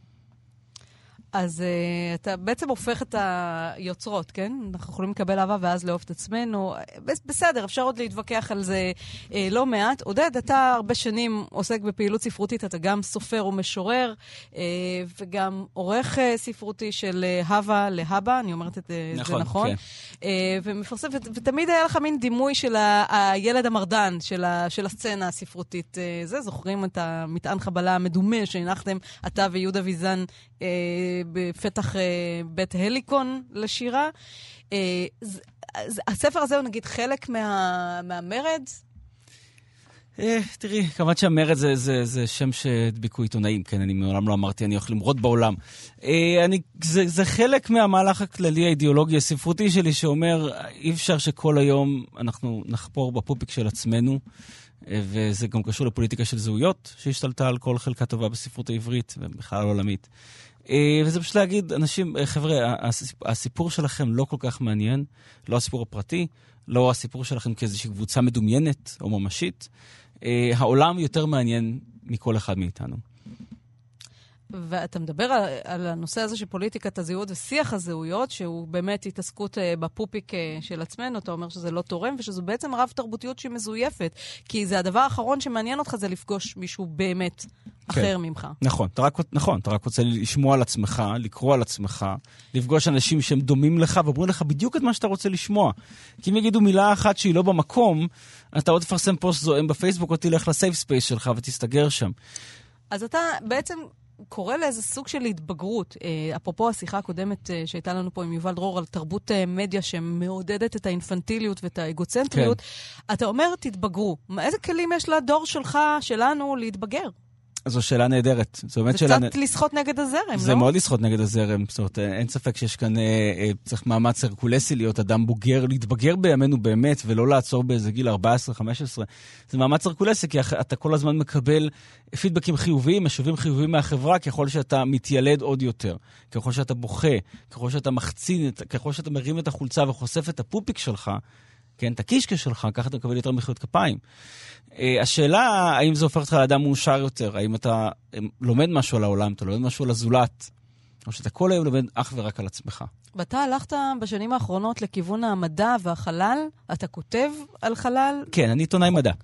אז אתה בעצם הופך את היוצרות, כן? אנחנו יכולים לקבל אהבה ואז לאהוב את עצמנו. בסדר, אפשר עוד להתווכח על זה לא מעט. עודד, אתה הרבה שנים עוסק בפעילות ספרותית, אתה גם סופר ומשורר, וגם עורך ספרותי של הווה להבא, אני אומרת את זה נכון. כן. ומפרסם, ותמיד היה לך מין דימוי של הילד המרדן, של הסצנה הספרותית. זוכרים את המטען חבלה המדומה שהנחתם, אתה ויהודה ויזן, בפתח בית הליקון לשירה. הספר הזה הוא נגיד חלק מהמרד? תראי, כמובן שהמרד זה שם שהדביקו עיתונאים, כן, אני מעולם לא אמרתי, אני הולך למרוד בעולם. זה חלק מהמהלך הכללי האידיאולוגי הספרותי שלי, שאומר, אי אפשר שכל היום אנחנו נחפור בפופיק של עצמנו, וזה גם קשור לפוליטיקה של זהויות, שהשתלטה על כל חלקה טובה בספרות העברית ובכלל העולמית. וזה פשוט להגיד, אנשים, חבר'ה, הסיפור שלכם לא כל כך מעניין, לא הסיפור הפרטי, לא הסיפור שלכם כאיזושהי קבוצה מדומיינת או ממשית. העולם יותר מעניין מכל אחד מאיתנו. ואתה מדבר על הנושא הזה של פוליטיקת הזהויות ושיח הזהויות, שהוא באמת התעסקות בפופיק של עצמנו, אתה אומר שזה לא תורם, ושזו בעצם רב תרבותיות שהיא מזויפת, כי זה הדבר האחרון שמעניין אותך, זה לפגוש מישהו באמת אחר ממך. נכון, אתה רק רוצה לשמוע על עצמך, לקרוא על עצמך, לפגוש אנשים שהם דומים לך, ואומרים לך בדיוק את מה שאתה רוצה לשמוע. כי אם יגידו מילה אחת שהיא לא במקום, אתה עוד תפרסם פוסט זוהם בפייסבוק, או תלך לסייף ספייס שלך ותסתגר שם. אז אתה בעצם קורא לאיזה סוג של התבגרות. אפרופו השיחה הקודמת שהייתה לנו פה עם יובל דרור על תרבות מדיה שמעודדת את האינפנטיליות ואת האגוצנטריות, כן. אתה אומר, תתבגרו. איזה כלים יש לדור שלך, שלנו, להתבגר? זו שאלה נהדרת. זה קצת לשחות נגד הזרם, זה לא? מאוד לשחות נגד הזרם. זאת אומרת, אין ספק שיש כאן, צריך מאמץ הרקולסי להיות אדם בוגר, להתבגר בימינו באמת, ולא לעצור באיזה גיל 14-15. זה מאמץ הרקולסי, כי אתה כל הזמן מקבל פידבקים חיוביים, משובים חיוביים מהחברה, ככל שאתה מתיילד עוד יותר, ככל שאתה בוכה, ככל שאתה מחצין, ככל שאתה מרים את החולצה וחושף את הפופיק שלך, כן, את הקישקה שלך, ככה אתה מקבל יותר מחיאות כפיים. השאלה, האם זה הופך אותך לאדם מאושר יותר? האם אתה לומד משהו על העולם, אתה לומד משהו על הזולת, או שאתה כל היום לומד אך ורק על עצמך? ואתה הלכת בשנים האחרונות לכיוון המדע והחלל? אתה כותב על חלל? כן, אני עיתונאי מדע.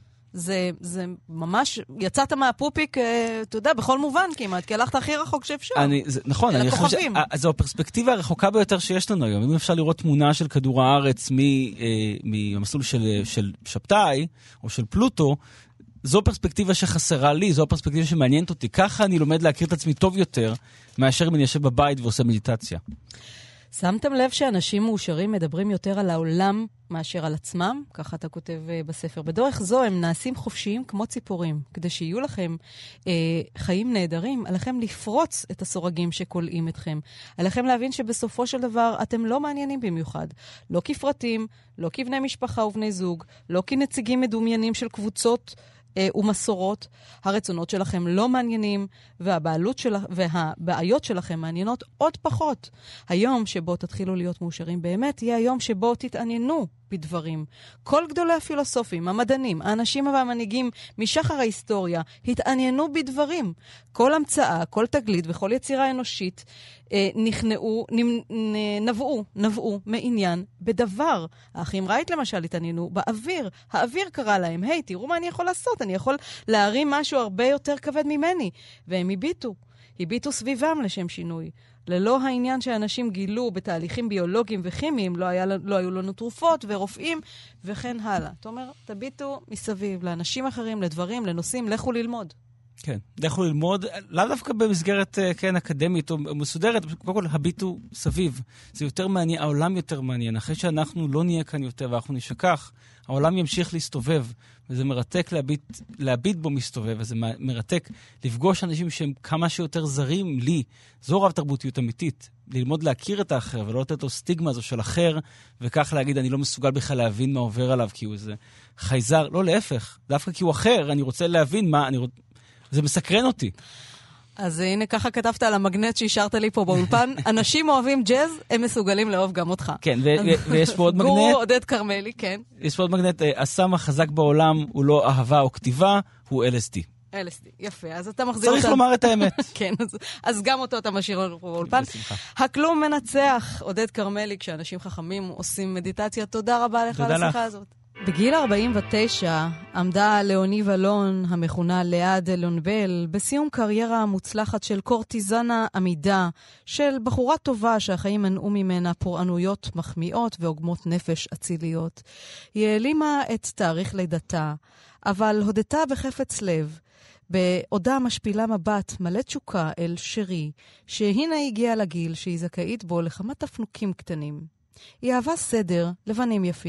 זה ממש, יצאת מהפופיק, אתה יודע, בכל מובן כמעט, כי הלכת הכי רחוק שאפשר. נכון, אני חושב שזו הפרספקטיבה הרחוקה ביותר שיש לנו היום. אם אפשר לראות תמונה של כדור הארץ מהמסלול של שבתאי, או של פלוטו, זו פרספקטיבה שחסרה לי, זו הפרספקטיבה שמעניינת אותי. ככה אני לומד להכיר את עצמי טוב יותר, מאשר אם אני יושב בבית ועושה מדיטציה. שמתם לב שאנשים מאושרים מדברים יותר על העולם מאשר על עצמם? ככה אתה כותב בספר. בדרך זו הם נעשים חופשיים כמו ציפורים. כדי שיהיו לכם חיים נהדרים, עליכם לפרוץ את הסורגים שקולעים אתכם. עליכם להבין שבסופו של דבר אתם לא מעניינים במיוחד. לא כפרטים, לא כבני משפחה ובני זוג, לא כנציגים מדומיינים של קבוצות ומסורות. הרצונות שלכם לא מעניינים, והבעיות שלכם מעניינות עוד פחות. היום שבו תתחילו להיות מאושרים באמת, יהיה היום שבו תתעניינו בדברים. כל גדולי הפילוסופים, המדענים, האנשים והמנהיגים משחר ההיסטוריה התעניינו בדברים. כל המצאה, כל תגלית וכל יצירה אנושית נבעו מעניין בדבר. האחים רייט למשל התעניינו באוויר. האוויר קרא להם, היי, תראו מה אני יכול לעשות, אני יכול להרים משהו הרבה יותר כבד ממני. והם הביטו סביבם לשם שינוי. ללא העניין שאנשים גילו בתהליכים ביולוגיים וכימיים, לא היו לנו תרופות ורופאים וכן הלאה. אתה אומר, תביטו מסביב לאנשים אחרים, לדברים, לנושאים, לכו ללמוד. כן, לכו ללמוד, לאו דווקא במסגרת אקדמית או מסודרת, קודם כל הביטו סביב. זה יותר מעניין, העולם יותר מעניין. אחרי שאנחנו לא נהיה כאן יותר ואנחנו נשכח, העולם ימשיך להסתובב, וזה מרתק להביט בו מסתובב, וזה מרתק לפגוש אנשים שהם כמה שיותר זרים לי. זו רב תרבותיות אמיתית, ללמוד להכיר את האחר, ולא לתת לו סטיגמה הזו של אחר, וכך להגיד, אני לא מסוגל בכלל להבין מה עובר עליו, כי הוא איזה חייזר. לא, להפך, דווקא כי הוא אחר, אני רוצה להבין מה, זה מסקרן אותי. אז הנה, ככה כתבת על המגנט שהשארת לי פה באולפן. אנשים אוהבים ג'אז, הם מסוגלים לאהוב גם אותך. כן, ויש פה עוד מגנט. גורו עודד קרמלי, כן. יש פה עוד מגנט, הסם החזק בעולם הוא לא אהבה או כתיבה, הוא LSD. LSD, יפה. אז אתה מחזיר אותה. צריך לומר את האמת. כן, אז גם אותו אתה משאיר לנו פה באולפן. הכלום מנצח, עודד קרמלי, כשאנשים חכמים עושים מדיטציה. תודה רבה לך על השיחה הזאת. בגיל 49 עמדה לאוני ולון, המכונה ליעד אלונבל, בסיום קריירה מוצלחת של קורטיזנה עמידה, של בחורה טובה שהחיים מנעו ממנה פורענויות מחמיאות ועוגמות נפש אציליות. היא העלימה את תאריך לידתה, אבל הודתה בחפץ לב, בעודה משפילה מבט מלא תשוקה אל שרי, שהנה הגיעה לגיל שהיא זכאית בו לכמה תפנוקים קטנים. היא אהבה סדר, לבנים יפים,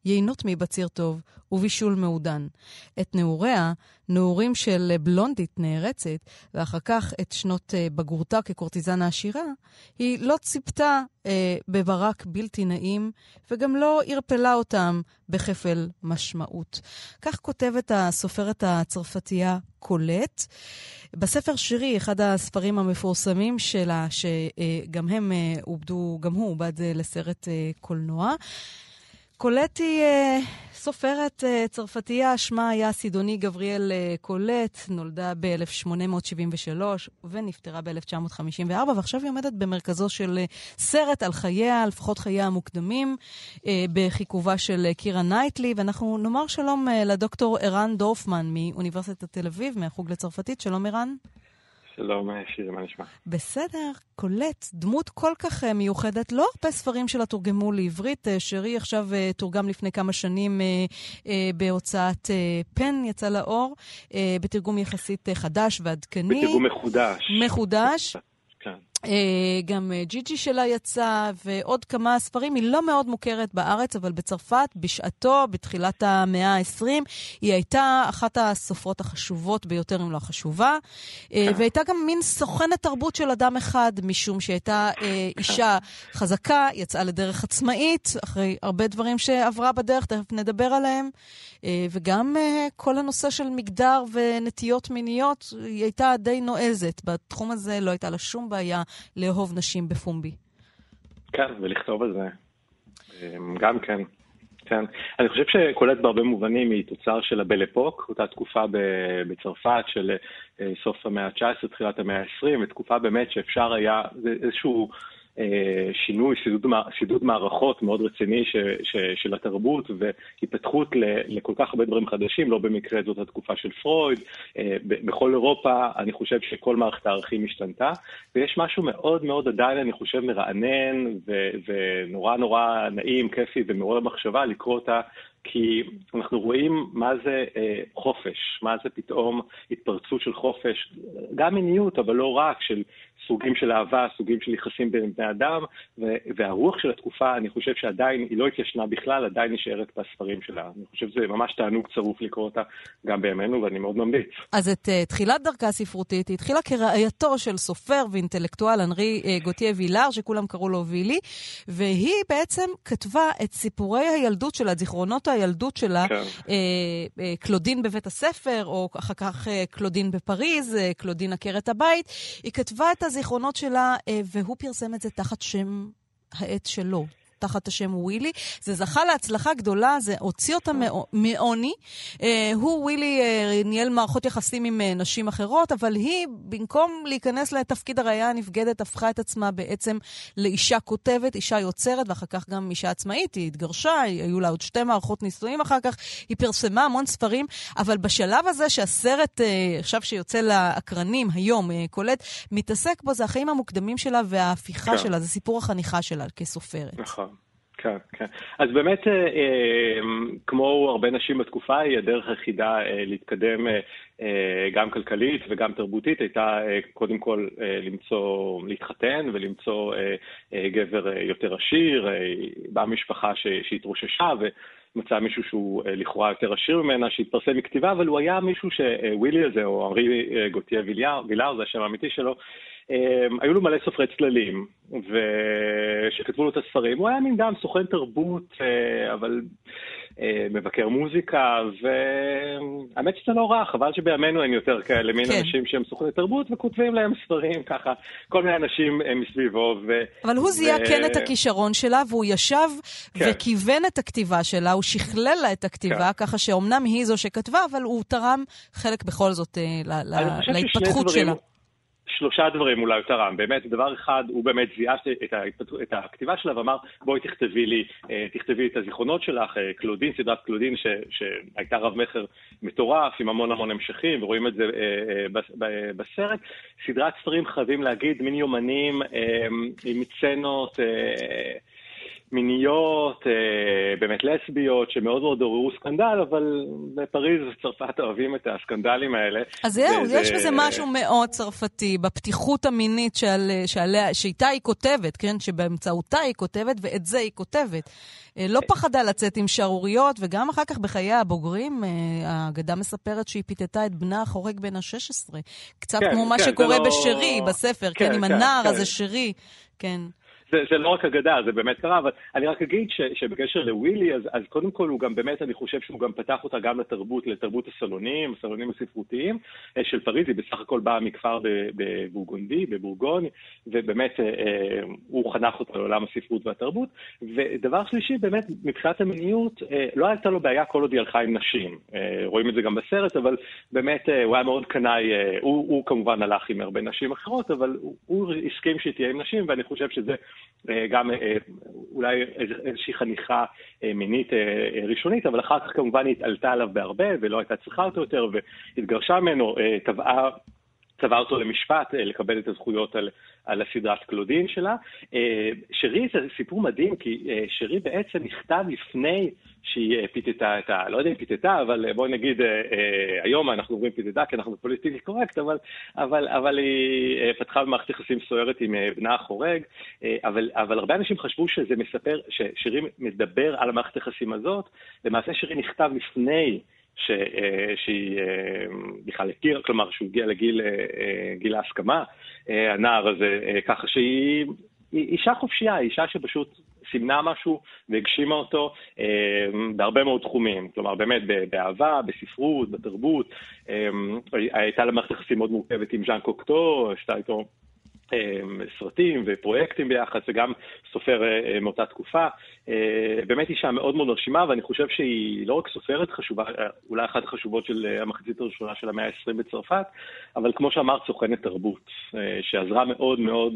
יינות מבציר טוב ובישול מעודן. את נעוריה, נעורים של בלונדית נערצת, ואחר כך את שנות בגרותה כקורטיזנה עשירה, היא לא ציפתה בברק בלתי נעים, וגם לא הרפלה אותם בחפל משמעות. כך כותבת הסופרת הצרפתייה קולט. בספר שירי, אחד הספרים המפורסמים שלה, שגם הם עובדו, גם הוא עובד לסרט קולנוע. קולט היא סופרת צרפתייה, שמה היה סידוני גבריאל קולט, נולדה ב-1873 ונפטרה ב-1954, ועכשיו היא עומדת במרכזו של סרט על חייה, לפחות חייה המוקדמים, בחיכובה של קירה נייטלי, ואנחנו נאמר שלום לדוקטור ערן דורפמן מאוניברסיטת תל אביב, מהחוג לצרפתית. שלום ערן. שלום, שירי, מה נשמע? בסדר, קולט, דמות כל כך מיוחדת. לא הרבה ספרים שלה תורגמו לעברית. שירי עכשיו תורגם לפני כמה שנים בהוצאת פן, יצא לאור, בתרגום יחסית חדש ועדכני. בתרגום מחודש. מחודש. כן. גם ג'יג'י שלה יצא, ועוד כמה ספרים. היא לא מאוד מוכרת בארץ, אבל בצרפת, בשעתו, בתחילת המאה ה-20, היא הייתה אחת הסופרות החשובות ביותר, אם לא החשובה, והייתה גם מין סוכנת תרבות של אדם אחד, משום שהייתה אישה חזקה, יצאה לדרך עצמאית, אחרי הרבה דברים שעברה בדרך, תכף נדבר עליהם, וגם כל הנושא של מגדר ונטיות מיניות, היא הייתה די נועזת. בתחום הזה לא הייתה לה שום בעיה לאהוב נשים בפומבי. כן, ולכתוב על זה. גם כן. כן. אני חושב שקולט בהרבה מובנים היא תוצר של הבל אפוק, אותה תקופה בצרפת של סוף המאה ה-19, תחילת המאה ה-20, ותקופה באמת שאפשר היה איזשהו שינוי, סידוד מערכות מאוד רציני של התרבות והתפתחות לכל כך הרבה דברים חדשים, לא במקרה זאת התקופה של פרויד. בכל אירופה אני חושב שכל מערכת הערכים השתנתה, ויש משהו מאוד מאוד עדיין אני חושב מרענן ונורא נורא נעים, כיפי ומעורר מחשבה לקרוא אותה, כי אנחנו רואים מה זה חופש, מה זה פתאום התפרצות של חופש, גם מיניות, אבל לא רק, של סוגים של אהבה, סוגים של יחסים בין בני אדם, והרוח של התקופה, אני חושב שעדיין, היא לא התיישנה בכלל, עדיין נשארת בספרים שלה. אני חושב שזה ממש תענוג צרוף לקרוא אותה גם בימינו, ואני מאוד ממליץ. אז את תחילת דרכה הספרותית, היא התחילה כרעייתו של סופר ואינטלקטואל, אנרי גוטייה וילר, שכולם קראו לו וילי, והיא בעצם כתבה את סיפורי הילדות שלה, את זיכרונות הילדות שלה, קלודין בבית הספר, או אחר כך קלודין בפריז, קלודין עקרת הבית. היא כתבה את הזיכרונות שלה, והוא פרסם את זה תחת שם העט שלו, תחת השם ווילי. זה זכה להצלחה גדולה, זה הוציא אותה מעוני. הוא, ווילי, ניהל מערכות יחסים עם נשים אחרות, אבל היא, במקום להיכנס לתפקיד הרעיה הנבגדת, הפכה את עצמה בעצם לאישה כותבת, אישה יוצרת, ואחר כך גם אישה עצמאית. היא התגרשה, היו לה עוד 2 מערכות נישואים אחר כך, היא פרסמה המון ספרים, אבל בשלב הזה שהסרט, עכשיו שיוצא לאקרנים היום, קולט, מתעסק בו, זה החיים המוקדמים שלה וההפיכה שלה, זה סיפור החניכה שלה כסופרת. נכון. כן, כן. אז באמת, כמו הרבה נשים בתקופה, היא הדרך היחידה להתקדם גם כלכלית וגם תרבותית, הייתה קודם כל להתחתן ולמצוא גבר יותר עשיר, במשפחה שהתרוששה ומצא מישהו שהוא לכאורה יותר עשיר ממנה, שהתפרסם מכתיבה, אבל הוא היה מישהו שווילי הזה, או אנרי גוטייה וילר, זה השם האמיתי שלו, היו לו מלא סופרי צללים, ושכתבו לו את הספרים. הוא היה מין גם סוכן תרבות, אבל מבקר מוזיקה, והאמת שזה לא רע, חבל שבימינו אין יותר כאלה, מין אנשים שהם סוכני תרבות, וכותבים להם ספרים ככה, כל מיני אנשים מסביבו. אבל הוא זיהה כן את הכישרון שלה, והוא ישב וכיוון את הכתיבה שלה, הוא שכלל לה את הכתיבה, ככה שאומנם היא זו שכתבה, אבל הוא תרם חלק בכל זאת להתפתחות שלה. 3 דברים אולי תרם. באמת, דבר אחד, הוא באמת זיהה את הכתיבה שלה ואמר, בואי תכתבי את הזיכרונות שלך, קלודין, סדרת קלודין שהייתה רב מחר מטורף, עם המון המון המשכים, ורואים את זה בסרט. סדרת ספרים חייבים להגיד, מין יומנים עם צנות מיניות, באמת לסביות, שמאוד מאוד עוררו סקנדל, אבל בפריז וצרפת אוהבים את הסקנדלים האלה. אז זהו, יש בזה משהו מאוד צרפתי, בפתיחות המינית שאיתה היא כותבת, כן? שבאמצעותה היא כותבת, ואת זה היא כותבת. לא פחדה לצאת עם שערוריות, וגם אחר כך בחיי הבוגרים, האגדה מספרת שהיא פיתתה את בנה החורג בן ה-16. קצת כמו מה שקורה בשרי, בספר, כן, עם הנער הזה שרי, כן. זה לא רק אגדה, זה באמת קרה, אבל אני רק אגיד שבקשר לווילי, אז קודם כל הוא גם באמת, אני חושב שהוא גם פתח אותה גם לתרבות הסלונים הספרותיים של פריז. היא בסך הכל באה מכפר בבורגון, ובאמת הוא חנך אותה לעולם הספרות והתרבות. ודבר שלישי, באמת, מבחינת המיניות, לא הייתה לו בעיה כל עוד היא הלכה עם נשים. רואים את זה גם בסרט, אבל באמת הוא היה מאוד קנאי, הוא כמובן הלך עם הרבה נשים אחרות, אבל הוא הסכים שהיא תהיה עם נשים, ואני חושב שזה גם אולי איזושהי חניכה מינית ראשונית, אבל אחר כך כמובן היא התעלתה עליו בהרבה, ולא הייתה צריכה אותו יותר, והתגרשה ממנו, צבעה אותו למשפט, לקבל את הזכויות על הסדרת קלודין שלה. שרי זה סיפור מדהים, כי שרי בעצם נכתב לפני שהיא פיתתה לא יודע אם פיתתה, אבל בואי נגיד, היום אנחנו אומרים פיתתה, כי אנחנו פוליטיקלי קורקט, אבל היא פתחה במערכת יחסים סוערת עם בנה החורג, אבל הרבה אנשים חשבו שזה מספר, ששרי מדבר על המערכת יחסים הזאת. למעשה שרי נכתב לפני שהיא בכלל הכירה, כלומר שהוא הגיע לגיל ההסכמה, הנער הזה, ככה שהיא אישה חופשייה, אישה שפשוט סימנה משהו והגשימה אותו בהרבה מאוד תחומים, כלומר באמת באהבה, בספרות, בתרבות. הייתה לה מערכת יחסים מאוד מורכבת עם ז'אן קוקטו, עשתה איתו סרטים ופרויקטים ביחד, וגם סופר מאותה תקופה. באמת אישה מאוד מאוד מרשימה, ואני חושב שהיא לא רק סופרת חשובה, אולי אחת החשובות של המחצית הראשונה של המאה ה-20 בצרפת, אבל כמו שאמרת, סוכנת תרבות, שעזרה מאוד מאוד,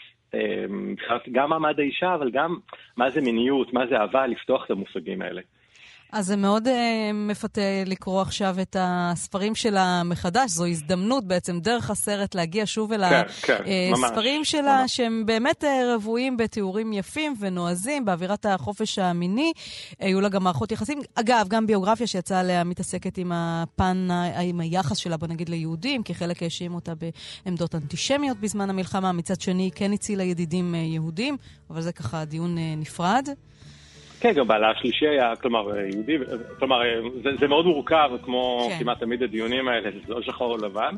גם מעמד האישה, אבל גם מה זה מיניות, מה זה אהבה, לפתוח את המושגים האלה. אז זה מאוד מפתה לקרוא עכשיו את הספרים שלה מחדש. זו הזדמנות בעצם דרך הסרט להגיע שוב אל הספרים שלה, שהם באמת רבועים בתיאורים יפים ונועזים, באווירת החופש המיני. היו לה גם מערכות יחסים. אגב, גם ביוגרפיה שיצאה עליה מתעסקת עם הפן, עם היחס שלה, בוא נגיד, ליהודים, כי חלק האשים אותה בעמדות אנטישמיות בזמן המלחמה. מצד שני, כן הצילה ידידים יהודים, אבל זה ככה דיון נפרד. כן, גם בעלה השלישי היה, כלומר, יהודי, כלומר, זה מאוד מורכב, כמו כמעט תמיד הדיונים האלה, זה לא שחור או לבן.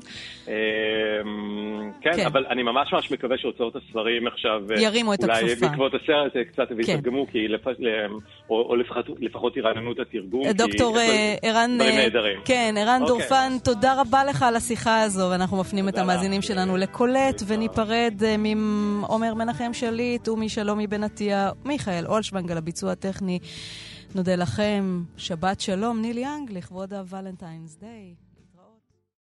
כן, אבל אני ממש מקווה שהוצאות הספרים עכשיו, ירימו את הכפפה. אולי בעקבות הסרט קצת ויתרגמו, או לפחות ירעננו את התרגום. דוקטור ערן דורפן, תודה רבה לך על השיחה הזו, ואנחנו מפנים את המאזינים שלנו לקולט, וניפרד מעומר מנחם שליט, ומשלומי בן עטיה, מיכאל אולשוונג על הביצוע טכני. נודה לכם, שבת שלום, ניל יאנג, לכבוד הוולנטיינס דיי.